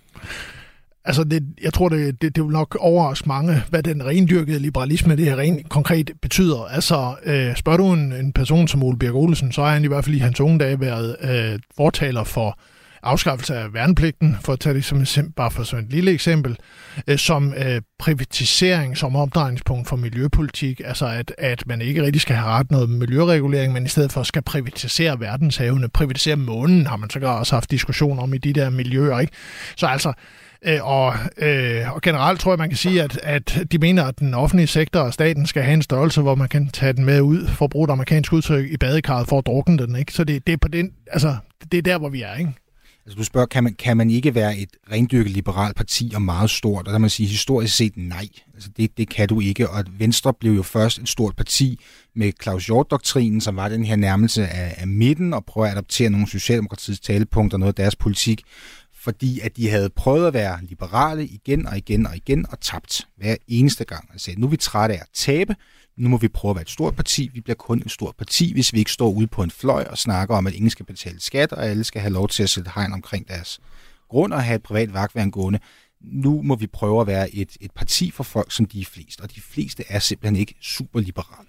Altså, det, jeg tror, det, det, det vil nok overraske mange, hvad den rendyrkede liberalisme, det her rent konkret betyder. Altså, øh, spørger du en, en person som Ole Birk Olesen, så har han i hvert fald i hans unge dage været øh, fortaler for afskaffelse af værnepligten, for at tage det som et, bare for sådan et lille eksempel, øh, som øh, privatisering, som omdrejningspunkt for miljøpolitik, altså at, at man ikke rigtig skal have ret noget miljøregulering, men i stedet for skal privatisere verdenshavene, privatisere månen, har man så også haft diskussion om i de der miljøer, ikke? Så altså, øh, og, øh, og generelt tror jeg, man kan sige, at, at de mener, at den offentlige sektor og staten skal have en størrelse, hvor man kan tage den med ud, for at bruge et amerikansk udtryk, i badekarret for at drukne den, ikke? Så det, det er på den, altså, det er der, hvor vi er, ikke? Altså du spørger, kan man, kan man ikke være et rendyrket liberalt parti og meget stort? Og der kan man sige historisk set nej. Altså det, det kan du ikke. Og Venstre blev jo først et stort parti med Claus Hjort-doktrinen, som var den her nærmelse af, af midten, og prøve at adoptere nogle socialdemokratiets talepunkter, noget af deres politik, fordi at de havde prøvet at være liberale igen og igen og igen og tabt hver eneste gang. Altså nu er vi trætte af at tabe. Nu må vi prøve at være et stort parti. Vi bliver kun et stort parti, hvis vi ikke står ude på en fløj og snakker om, at ingen skal betale skat, og alle skal have lov til at sætte hegn omkring deres grund og have et privat vagtværn gående. Nu må vi prøve at være et, et parti for folk, som de er flest, og de fleste er simpelthen ikke superliberale.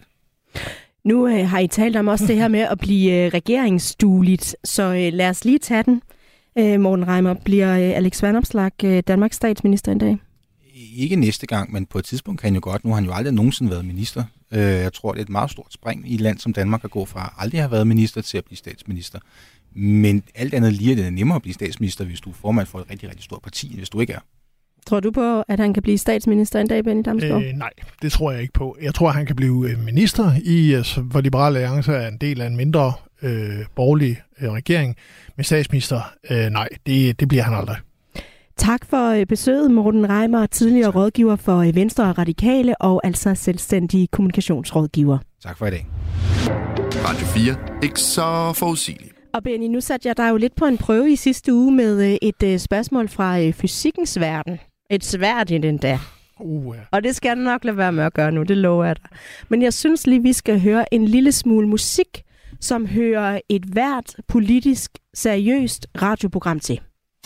Nu øh, har I talt om også det her med at blive øh, regeringsdueligt, så øh, lad os lige tage den. Øh, Morten Reimer, bliver øh, Alex Vanopslagh øh, Danmarks statsminister en dag? Ikke næste gang, men på et tidspunkt kan han jo godt. Nu har han jo aldrig nogensinde været minister. Jeg tror, det er et meget stort spring i et land som Danmark at gå fra aldrig har været minister til at blive statsminister. Men alt andet lige er det nemmere at blive statsminister, hvis du er formand for et rigtig, rigtig stort parti, hvis du ikke er. Tror du på, at han kan blive statsminister en dag, Benny Damsgaard? Øh, nej, det tror jeg ikke på. Jeg tror, at han kan blive minister, i, hvor Liberal Alliance er en del af en mindre øh, borgerlig øh, regering. Men statsminister, øh, nej, det, det bliver han aldrig. Tak for besøget, Morten Reimer, tidligere tak. rådgiver for Venstre og Radikale, og altså selvstændig kommunikationsrådgiver. Tak for i dag. Radio fire. Ikke så forudsigeligt. Og Benny, nu satte jeg dig jo lidt på en prøve i sidste uge med et spørgsmål fra fysikkens verden. Et svært i den der. Uh, ja. Og det skal jeg nok lade være med at gøre nu, det lover jeg dig. Men jeg synes lige, vi skal høre en lille smule musik, som hører et hvert politisk seriøst radioprogram til.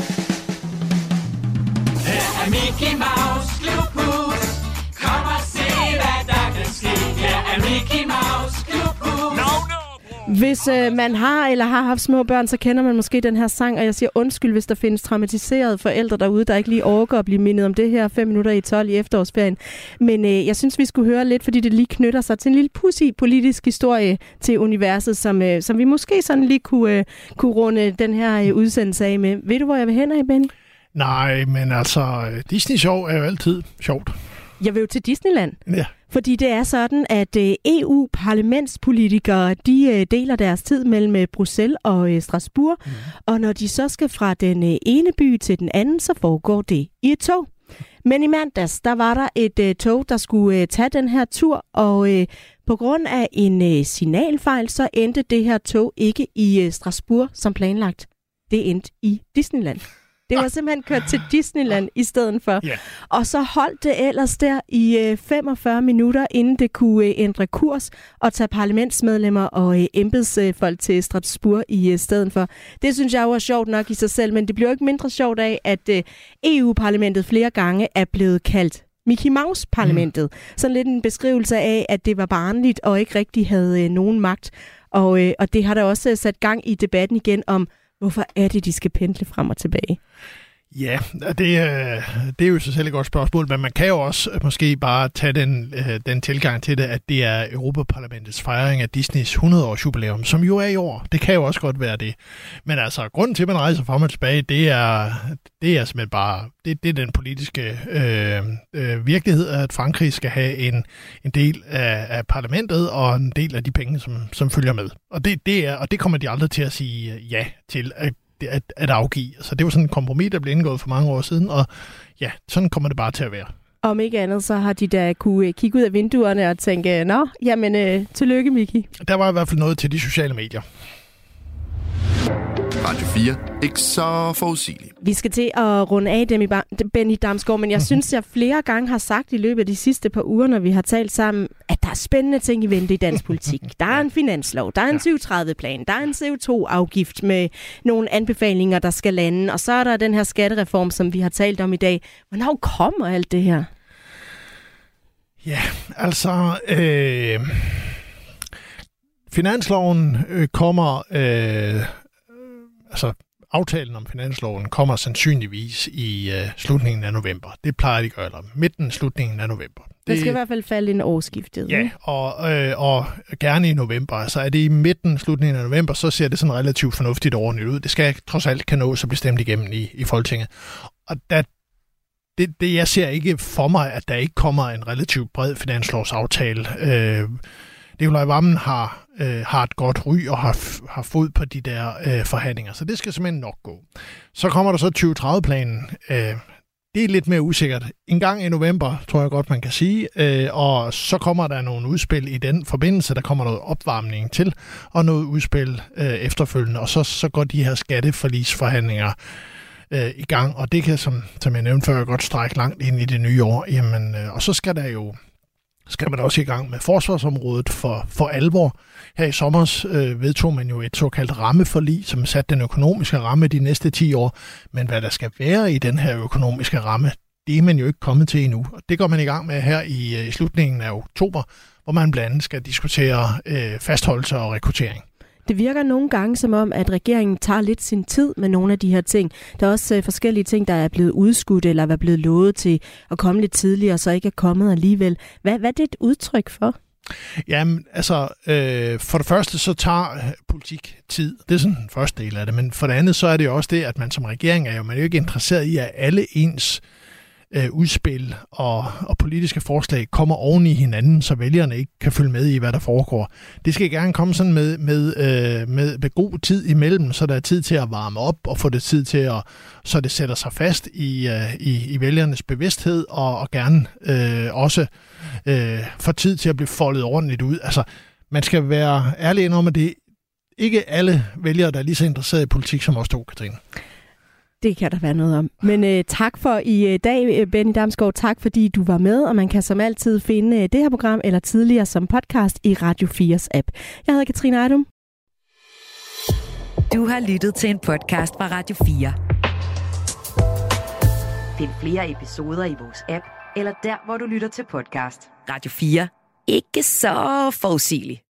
Her er Mickey Mouse Klubhus. Kom og se, hvad der kan ske. Her er Mickey Mouse Klubhus. No, no. Hvis øh, man har eller har haft små børn, så kender man måske den her sang, og jeg siger undskyld, hvis der findes traumatiserede forældre derude, der ikke lige orker at blive mindet om det her fem minutter i tolv i efterårsferien. Men øh, jeg synes, vi skulle høre lidt, fordi det lige knytter sig til en lille pudsig politisk historie til universet, som, øh, som vi måske sådan lige kunne, øh, kunne runde den her øh, udsendelse af med. Ved du, hvor jeg vil hen af, Benny? Nej, men altså, Disney-sjov er jo altid sjovt. Jeg vil jo til Disneyland. Ja. Fordi det er sådan, at E U-parlamentspolitikere, de deler deres tid mellem Bruxelles og Strasbourg, mm. og når de så skal fra den ene by til den anden, så foregår det i et tog. Men i mandags, der var der et tog, der skulle tage den her tur, og på grund af en signalfejl, så endte det her tog ikke i Strasbourg som planlagt. Det endte i Disneyland. Det var simpelthen kørt til Disneyland i stedet for. Yeah. Og så holdt det ellers der i øh, femogfyrre minutter, inden det kunne øh, ændre kurs og tage parlamentsmedlemmer og øh, embedsfolk til Strasbourg i øh, stedet for. Det synes jeg jo er sjovt nok i sig selv, men det bliver jo ikke mindre sjovt af, at øh, E U-parlamentet flere gange er blevet kaldt Mickey Mouse-parlamentet. Mm. Sådan lidt en beskrivelse af, at det var barnligt og ikke rigtig havde øh, nogen magt. Og, øh, og det har da også øh, sat gang i debatten igen om, hvorfor er det, de skal pendle frem og tilbage? Ja, det, det er jo så selv et godt spørgsmål, men man kan jo også måske bare tage den, den tilgang til det, at det er Europaparlamentets fejring af Disneys hundrede-års jubilæum, som jo er i år. Det kan jo også godt være det. Men altså, grunden til, at man rejser frem og tilbage, det er, det er simpelthen bare, det, det er den politiske øh, øh, virkelighed, at Frankrig skal have en, en del af, af parlamentet og en del af de penge, som, som følger med. Og det, det er, og det kommer de aldrig til at sige ja til, at At, at afgive. Så det var sådan en kompromis, der blev indgået for mange år siden, og ja, sådan kommer det bare til at være. Om ikke andet, så har de da kunne kigge ud af vinduerne og tænke, nå, jamen, øh, tillykke, Mickey. Der var i hvert fald noget til de sociale medier. Radio fire. Ikke så forudsigeligt. Vi skal til at runde af, Benny Damsgaard, men jeg mm-hmm. synes, jeg flere gange har sagt i løbet af de sidste par uger, når vi har talt sammen, at der er spændende ting i vente i dansk politik. Der er en finanslov, der er en tyve tredive-plan, der er en C O to afgift med nogle anbefalinger, der skal lande, og så er der den her skattereform, som vi har talt om i dag. Hvornår kommer alt det her? Ja, altså... Øh, finansloven øh, kommer... Øh, altså, aftalen om finansloven kommer sandsynligvis i øh, slutningen af november. Det plejer de at gøre, eller midten slutningen af november. Det, det skal i hvert fald falde en årsskiftet. Ja, og, øh, og gerne i november. Altså er det i midten, slutningen af november, så ser det sådan relativt fornuftigt ordentligt ud. Det skal trods alt kan nås at blive stemt igennem i, i Folketinget. Og der, det, det, jeg ser ikke for mig, at der ikke kommer en relativt bred finanslovsaftale. Øh, Nicolai Wammen har, øh, har et godt ry og har, har fod på de der øh, forhandlinger, så det skal simpelthen nok gå. Så kommer der så tyve tredive-planen. Øh, det er lidt mere usikkert. En gang i november, tror jeg godt, man kan sige, øh, og så kommer der nogle udspil i den forbindelse. Der kommer noget opvarmning til, og noget udspil øh, efterfølgende, og så, så går de her skatteforligsforhandlinger øh, i gang, og det kan, som, som jeg nævnte før, godt strække langt ind i det nye år. Jamen, øh, og så skal der jo skal man også i gang med forsvarsområdet for, for alvor. Her i sommer øh, vedtog man jo et såkaldt rammeforlig, som satte den økonomiske ramme de næste ti år. Men hvad der skal være i den her økonomiske ramme, det er man jo ikke kommet til endnu. Og det går man i gang med her i, i slutningen af oktober, hvor man blandt andet skal diskutere øh, fastholdelse og rekruttering. Det virker nogle gange som om, at regeringen tager lidt sin tid med nogle af de her ting. Der er også øh, forskellige ting, der er blevet udskudt eller er blevet lovet til at komme lidt tidligere, så ikke er kommet alligevel. Hvad, hvad er det et udtryk for? Jamen, altså, øh, for det første så tager politik tid. Det er sådan den første del af det. Men for det andet så er det jo også det, at man som regering er jo, man er jo ikke interesseret i, at alle ens øh, udspil og, og politiske forslag kommer oven i hinanden, så vælgerne ikke kan følge med i, hvad der foregår. Det skal gerne komme sådan med, med, øh, med, med god tid imellem, så der er tid til at varme op og få det tid til at, så det sætter sig fast i, øh, i, i vælgernes bevidsthed og, og gerne øh, også øh, få tid til at blive foldet ordentligt ud. Altså, man skal være ærlig om, at det ikke alle vælgere, der er lige så interesserede i politik som os to, Katrine. Det kan der være noget om. Men øh, tak for i dag, Benny Damsgaard. Tak fordi du var med, og man kan som altid finde øh, det her program eller tidligere som podcast i Radio fires app. Jeg hedder Katrine Ejdum. Du har lyttet til en podcast fra Radio fire. Find flere episoder i vores app, eller der, hvor du lytter til podcast. Radio fire. Ikke så forudsigeligt.